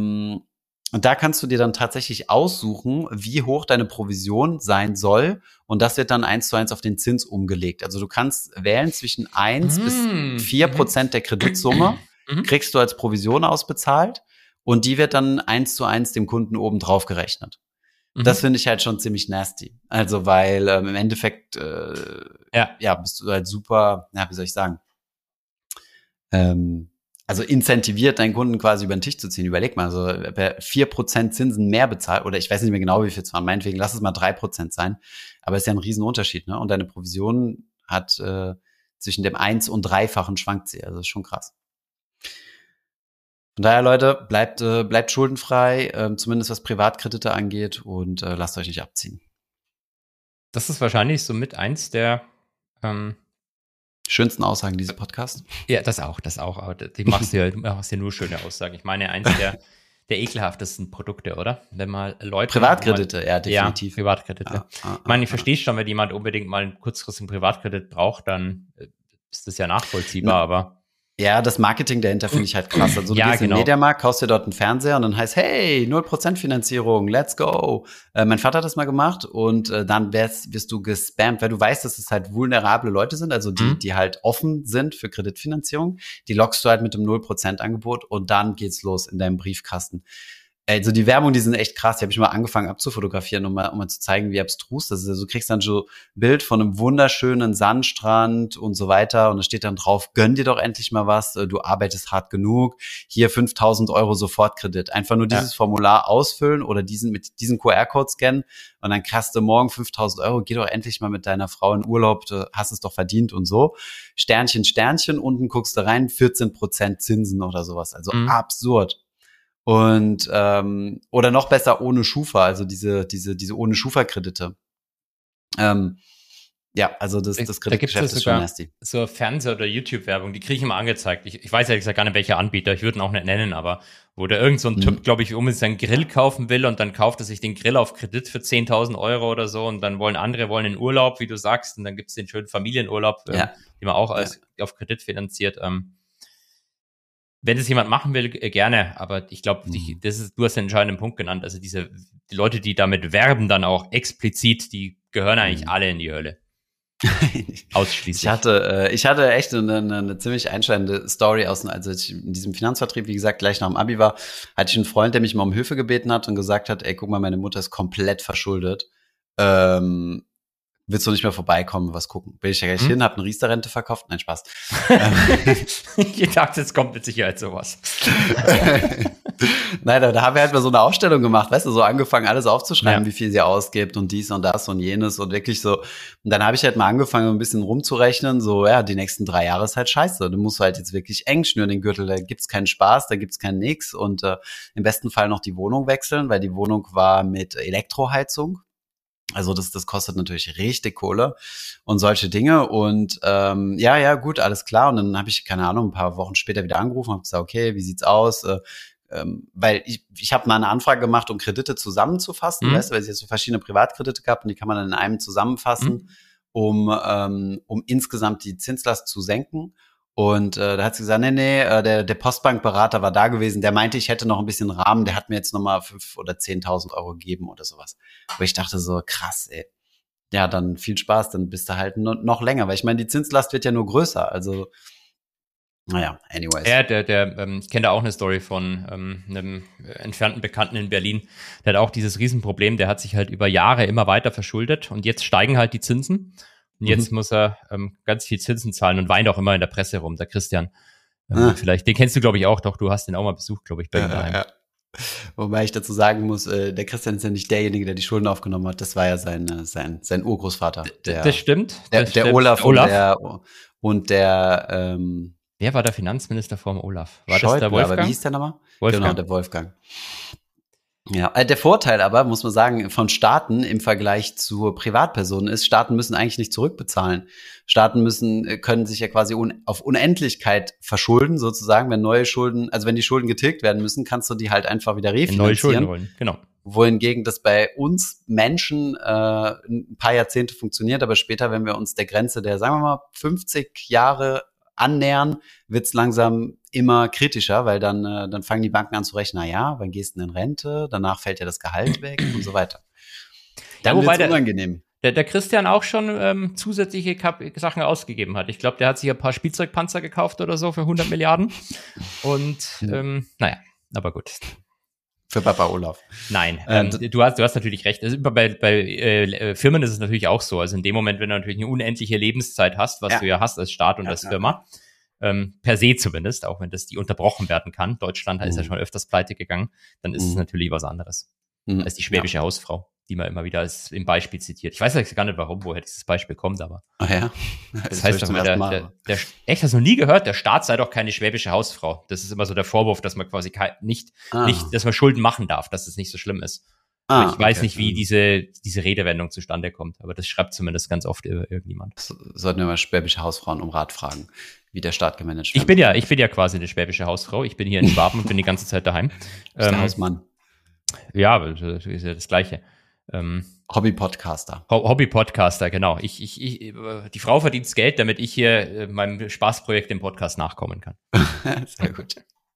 da kannst du dir dann tatsächlich aussuchen, wie hoch deine Provision sein soll. Und das wird dann 1:1 auf den Zins umgelegt. Also du kannst wählen zwischen 1 bis 4% der Kreditsumme, kriegst du als Provision ausbezahlt. Und die wird dann 1:1 dem Kunden oben drauf gerechnet. Das finde ich halt schon ziemlich nasty. Also, weil im Endeffekt bist du halt super, wie soll ich sagen, also incentiviert, deinen Kunden quasi über den Tisch zu ziehen. Überleg mal, also wer 4% Zinsen mehr bezahlt, oder ich weiß nicht mehr genau, wie viel es waren, meinetwegen lass es mal 3% sein, aber es ist ja ein Riesenunterschied, ne? Und deine Provision hat zwischen dem 1- und 3-fachen schwankt sie, also ist schon krass. Von daher, Leute, bleibt schuldenfrei, zumindest was Privatkredite angeht und lasst euch nicht abziehen. Das ist wahrscheinlich so mit eins der schönsten Aussagen dieses Podcasts. Ja, das auch. Aber du machst ja nur schöne Aussagen. Ich meine, eins der ekelhaftesten Produkte, oder? Wenn mal Leute... Privatkredite, ja, definitiv. Ja, Privatkredite. Ich meine, ich verstehe schon, wenn jemand unbedingt mal einen kurzfristigen Privatkredit braucht, dann ist das ja nachvollziehbar, aber... Ja, das Marketing dahinter finde ich halt krass. Also du gehst in den Mediamarkt, kaufst dir dort einen Fernseher und dann heißt, hey, 0% Finanzierung, let's go. Mein Vater hat das mal gemacht und dann wirst du gespammt, weil du weißt, dass es halt vulnerable Leute sind, also die halt offen sind für Kreditfinanzierung. Die lockst du halt mit dem 0% Angebot und dann geht's los in deinem Briefkasten. Also die Werbung, die sind echt krass. Die habe ich mal angefangen abzufotografieren, um mal zu zeigen, wie abstrus das ist. Also du kriegst dann so ein Bild von einem wunderschönen Sandstrand und so weiter. Und da steht dann drauf, gönn dir doch endlich mal was. Du arbeitest hart genug. Hier 5.000 € Sofortkredit. Einfach nur dieses Formular ausfüllen oder mit diesem QR-Code scannen. Und dann kriegst du morgen 5.000 €. Geh doch endlich mal mit deiner Frau in Urlaub. Du hast es doch verdient und so. Sternchen, Sternchen. Unten guckst du rein, 14% Zinsen oder sowas. Also absurd. Und oder noch besser ohne Schufa, also diese ohne Schufa-Kredite. Also das Kreditgeschäft ist schon nasty. So Fernseh- oder YouTube-Werbung, die kriege ich immer angezeigt. Ich weiß ehrlich gesagt gar nicht, welcher Anbieter, ich würde ihn auch nicht nennen, aber wo da irgend so ein Typ, glaube ich, seinen Grill kaufen will und dann kauft er sich den Grill auf Kredit für 10.000 € oder so und dann wollen andere in Urlaub, wie du sagst, und dann gibt's den schönen Familienurlaub, den man auch auf Kredit finanziert. Wenn das jemand machen will, gerne, aber ich glaube, du hast den entscheidenden Punkt genannt, also die Leute, die damit werben dann auch explizit, die gehören eigentlich alle in die Hölle. Ausschließlich. Ich hatte echt eine ziemlich einschneidende Story also ich in diesem Finanzvertrieb, wie gesagt, gleich nach dem Abi war, hatte ich einen Freund, der mich mal um Hilfe gebeten hat und gesagt hat, ey, guck mal, meine Mutter ist komplett verschuldet. Willst du nicht mehr vorbeikommen, was gucken? Bin ich ja gleich hin, hab eine Riester-Rente verkauft. Nein, Spaß. Ich dachte, jetzt kommt mit Sicherheit sowas. Nein, da haben wir halt mal so eine Aufstellung gemacht, weißt du, so angefangen, alles aufzuschreiben, wie viel sie ausgibt und dies und das und jenes und wirklich so. Und dann habe ich halt mal angefangen, ein bisschen rumzurechnen, so, ja, die nächsten 3 Jahre ist halt scheiße. Du musst halt jetzt wirklich eng schnüren den Gürtel, da gibt's keinen Spaß, da gibt's kein Nix und im besten Fall noch die Wohnung wechseln, weil die Wohnung war mit Elektroheizung. Also das kostet natürlich richtig Kohle und solche Dinge und ja, gut, alles klar. Und dann habe ich, keine Ahnung, ein paar Wochen später wieder angerufen und habe gesagt, okay, wie sieht's aus? Weil ich habe mal eine Anfrage gemacht, um Kredite zusammenzufassen, weißt du, weil ich jetzt so verschiedene Privatkredite gehabt und die kann man dann in einem zusammenfassen, um insgesamt die Zinslast zu senken. Und da hat sie gesagt, nee, der Postbankberater war da gewesen, der meinte, ich hätte noch ein bisschen Rahmen, der hat mir jetzt nochmal 5.000 oder 10.000 Euro gegeben oder sowas. Aber ich dachte so, krass, ey. Ja, dann viel Spaß, dann bist du halt noch länger, weil ich meine, die Zinslast wird ja nur größer, also naja, anyways. Ja, ich kenne da auch eine Story von einem entfernten Bekannten in Berlin, der hat auch dieses Riesenproblem, der hat sich halt über Jahre immer weiter verschuldet und jetzt steigen halt die Zinsen. Und jetzt muss er ganz viel Zinsen zahlen und weint auch immer in der Presse rum, der Christian. Vielleicht, den kennst du, glaube ich, auch, doch, du hast den auch mal besucht, glaube ich, bei ihm daheim. Ja. Wobei ich dazu sagen muss, der Christian ist ja nicht derjenige, der die Schulden aufgenommen hat, das war ja sein Urgroßvater. Das stimmt. Der Olaf. Und der wer war der Finanzminister vor dem Olaf? War Schäuble, das der Wolfgang? Aber wie hieß der nochmal? Wolfgang. Genau, der Wolfgang. Ja, der Vorteil aber, muss man sagen, von Staaten im Vergleich zu Privatpersonen ist, Staaten müssen eigentlich nicht zurückbezahlen. Staaten können sich ja quasi auf Unendlichkeit verschulden, sozusagen, wenn wenn die Schulden getilgt werden müssen, kannst du die halt einfach wieder refinanzieren. Neue Schulden holen, genau. Wohingegen das bei uns Menschen ein paar Jahrzehnte funktioniert, aber später, wenn wir uns der Grenze der, sagen wir mal, 50 Jahre annähern, wird's langsam immer kritischer, weil dann fangen die Banken an zu rechnen, na ja, wann gehst du denn in Rente? Danach fällt ja das Gehalt weg und so weiter. Dann wird's unangenehm. Der Christian auch schon zusätzliche Sachen ausgegeben hat. Ich glaube, der hat sich ein paar Spielzeugpanzer gekauft oder so für 100 Milliarden. Und naja, aber gut. Für Papa Olaf. Nein, du hast natürlich recht. Also bei Firmen ist es natürlich auch so. Also in dem Moment, wenn du natürlich eine unendliche Lebenszeit hast, was du ja hast als Staat und als Firma, per se zumindest, auch wenn das die unterbrochen werden kann. Deutschland ist ja schon öfters pleite gegangen, dann ist es natürlich was anderes als die schwäbische Hausfrau, die man immer wieder im Beispiel zitiert. Ich weiß eigentlich gar nicht, woher dieses Beispiel kommt, aber ach ja. Das heißt doch mal, echt, hast du noch nie gehört? Der Staat sei doch keine schwäbische Hausfrau. Das ist immer so der Vorwurf, dass man quasi nicht, dass man Schulden machen darf, dass es nicht so schlimm ist. Ich weiß nicht, wie diese Redewendung zustande kommt, aber das schreibt zumindest ganz oft irgendjemand. Sollten wir mal schwäbische Hausfrauen um Rat fragen, wie der Staat gemanagt wird. Ich bin ja quasi eine schwäbische Hausfrau. Ich bin hier in Schwaben und bin die ganze Zeit daheim. Der Hausmann. Ja, das ist ja das Gleiche. Hobby-Podcaster. Hobby-Podcaster, genau. Die Frau verdient Geld, damit ich hier meinem Spaßprojekt im Podcast nachkommen kann. Sehr gut.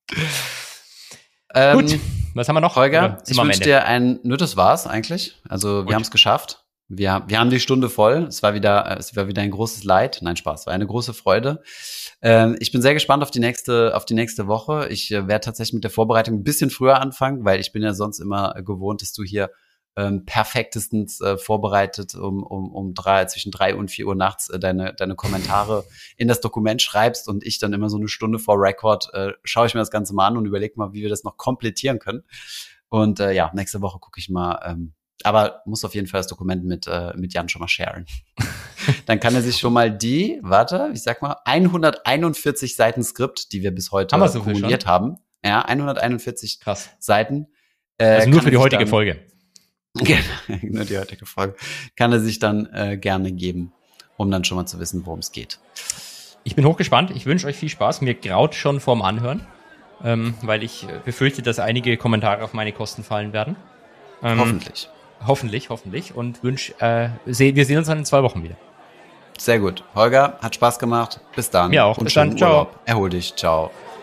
Gut, was haben wir noch? Holger, ich wünsche dir das war's eigentlich. Also wir haben es geschafft. Wir haben die Stunde voll. Es war wieder ein großes Leid. Nein, Spaß. War eine große Freude. Ich bin sehr gespannt auf die nächste Woche. Ich werde tatsächlich mit der Vorbereitung ein bisschen früher anfangen, weil ich bin ja sonst immer gewohnt, dass du hier perfektestens vorbereitet zwischen 3 und 4 Uhr nachts deine Kommentare in das Dokument schreibst und ich dann immer so eine Stunde vor Record schaue ich mir das Ganze mal an und überlege mal, wie wir das noch komplettieren können. Und nächste Woche gucke ich mal, aber muss auf jeden Fall das Dokument mit Jan schon mal sharen. Dann kann er sich schon mal 141 Seiten Skript, die wir bis heute kumuliert haben. Ja, 141 Seiten. Also nur für die heutige Folge. Genau, nur die heutige Folge. Kann er sich dann gerne geben, um dann schon mal zu wissen, worum es geht. Ich bin hochgespannt. Ich wünsche euch viel Spaß. Mir graut schon vorm Anhören, weil ich befürchte, dass einige Kommentare auf meine Kosten fallen werden. Hoffentlich. Und wir sehen uns dann in 2 Wochen wieder. Sehr gut. Holger, hat Spaß gemacht. Bis dann. Mir auch. Und bis dann. Ciao. Erhol dich. Ciao.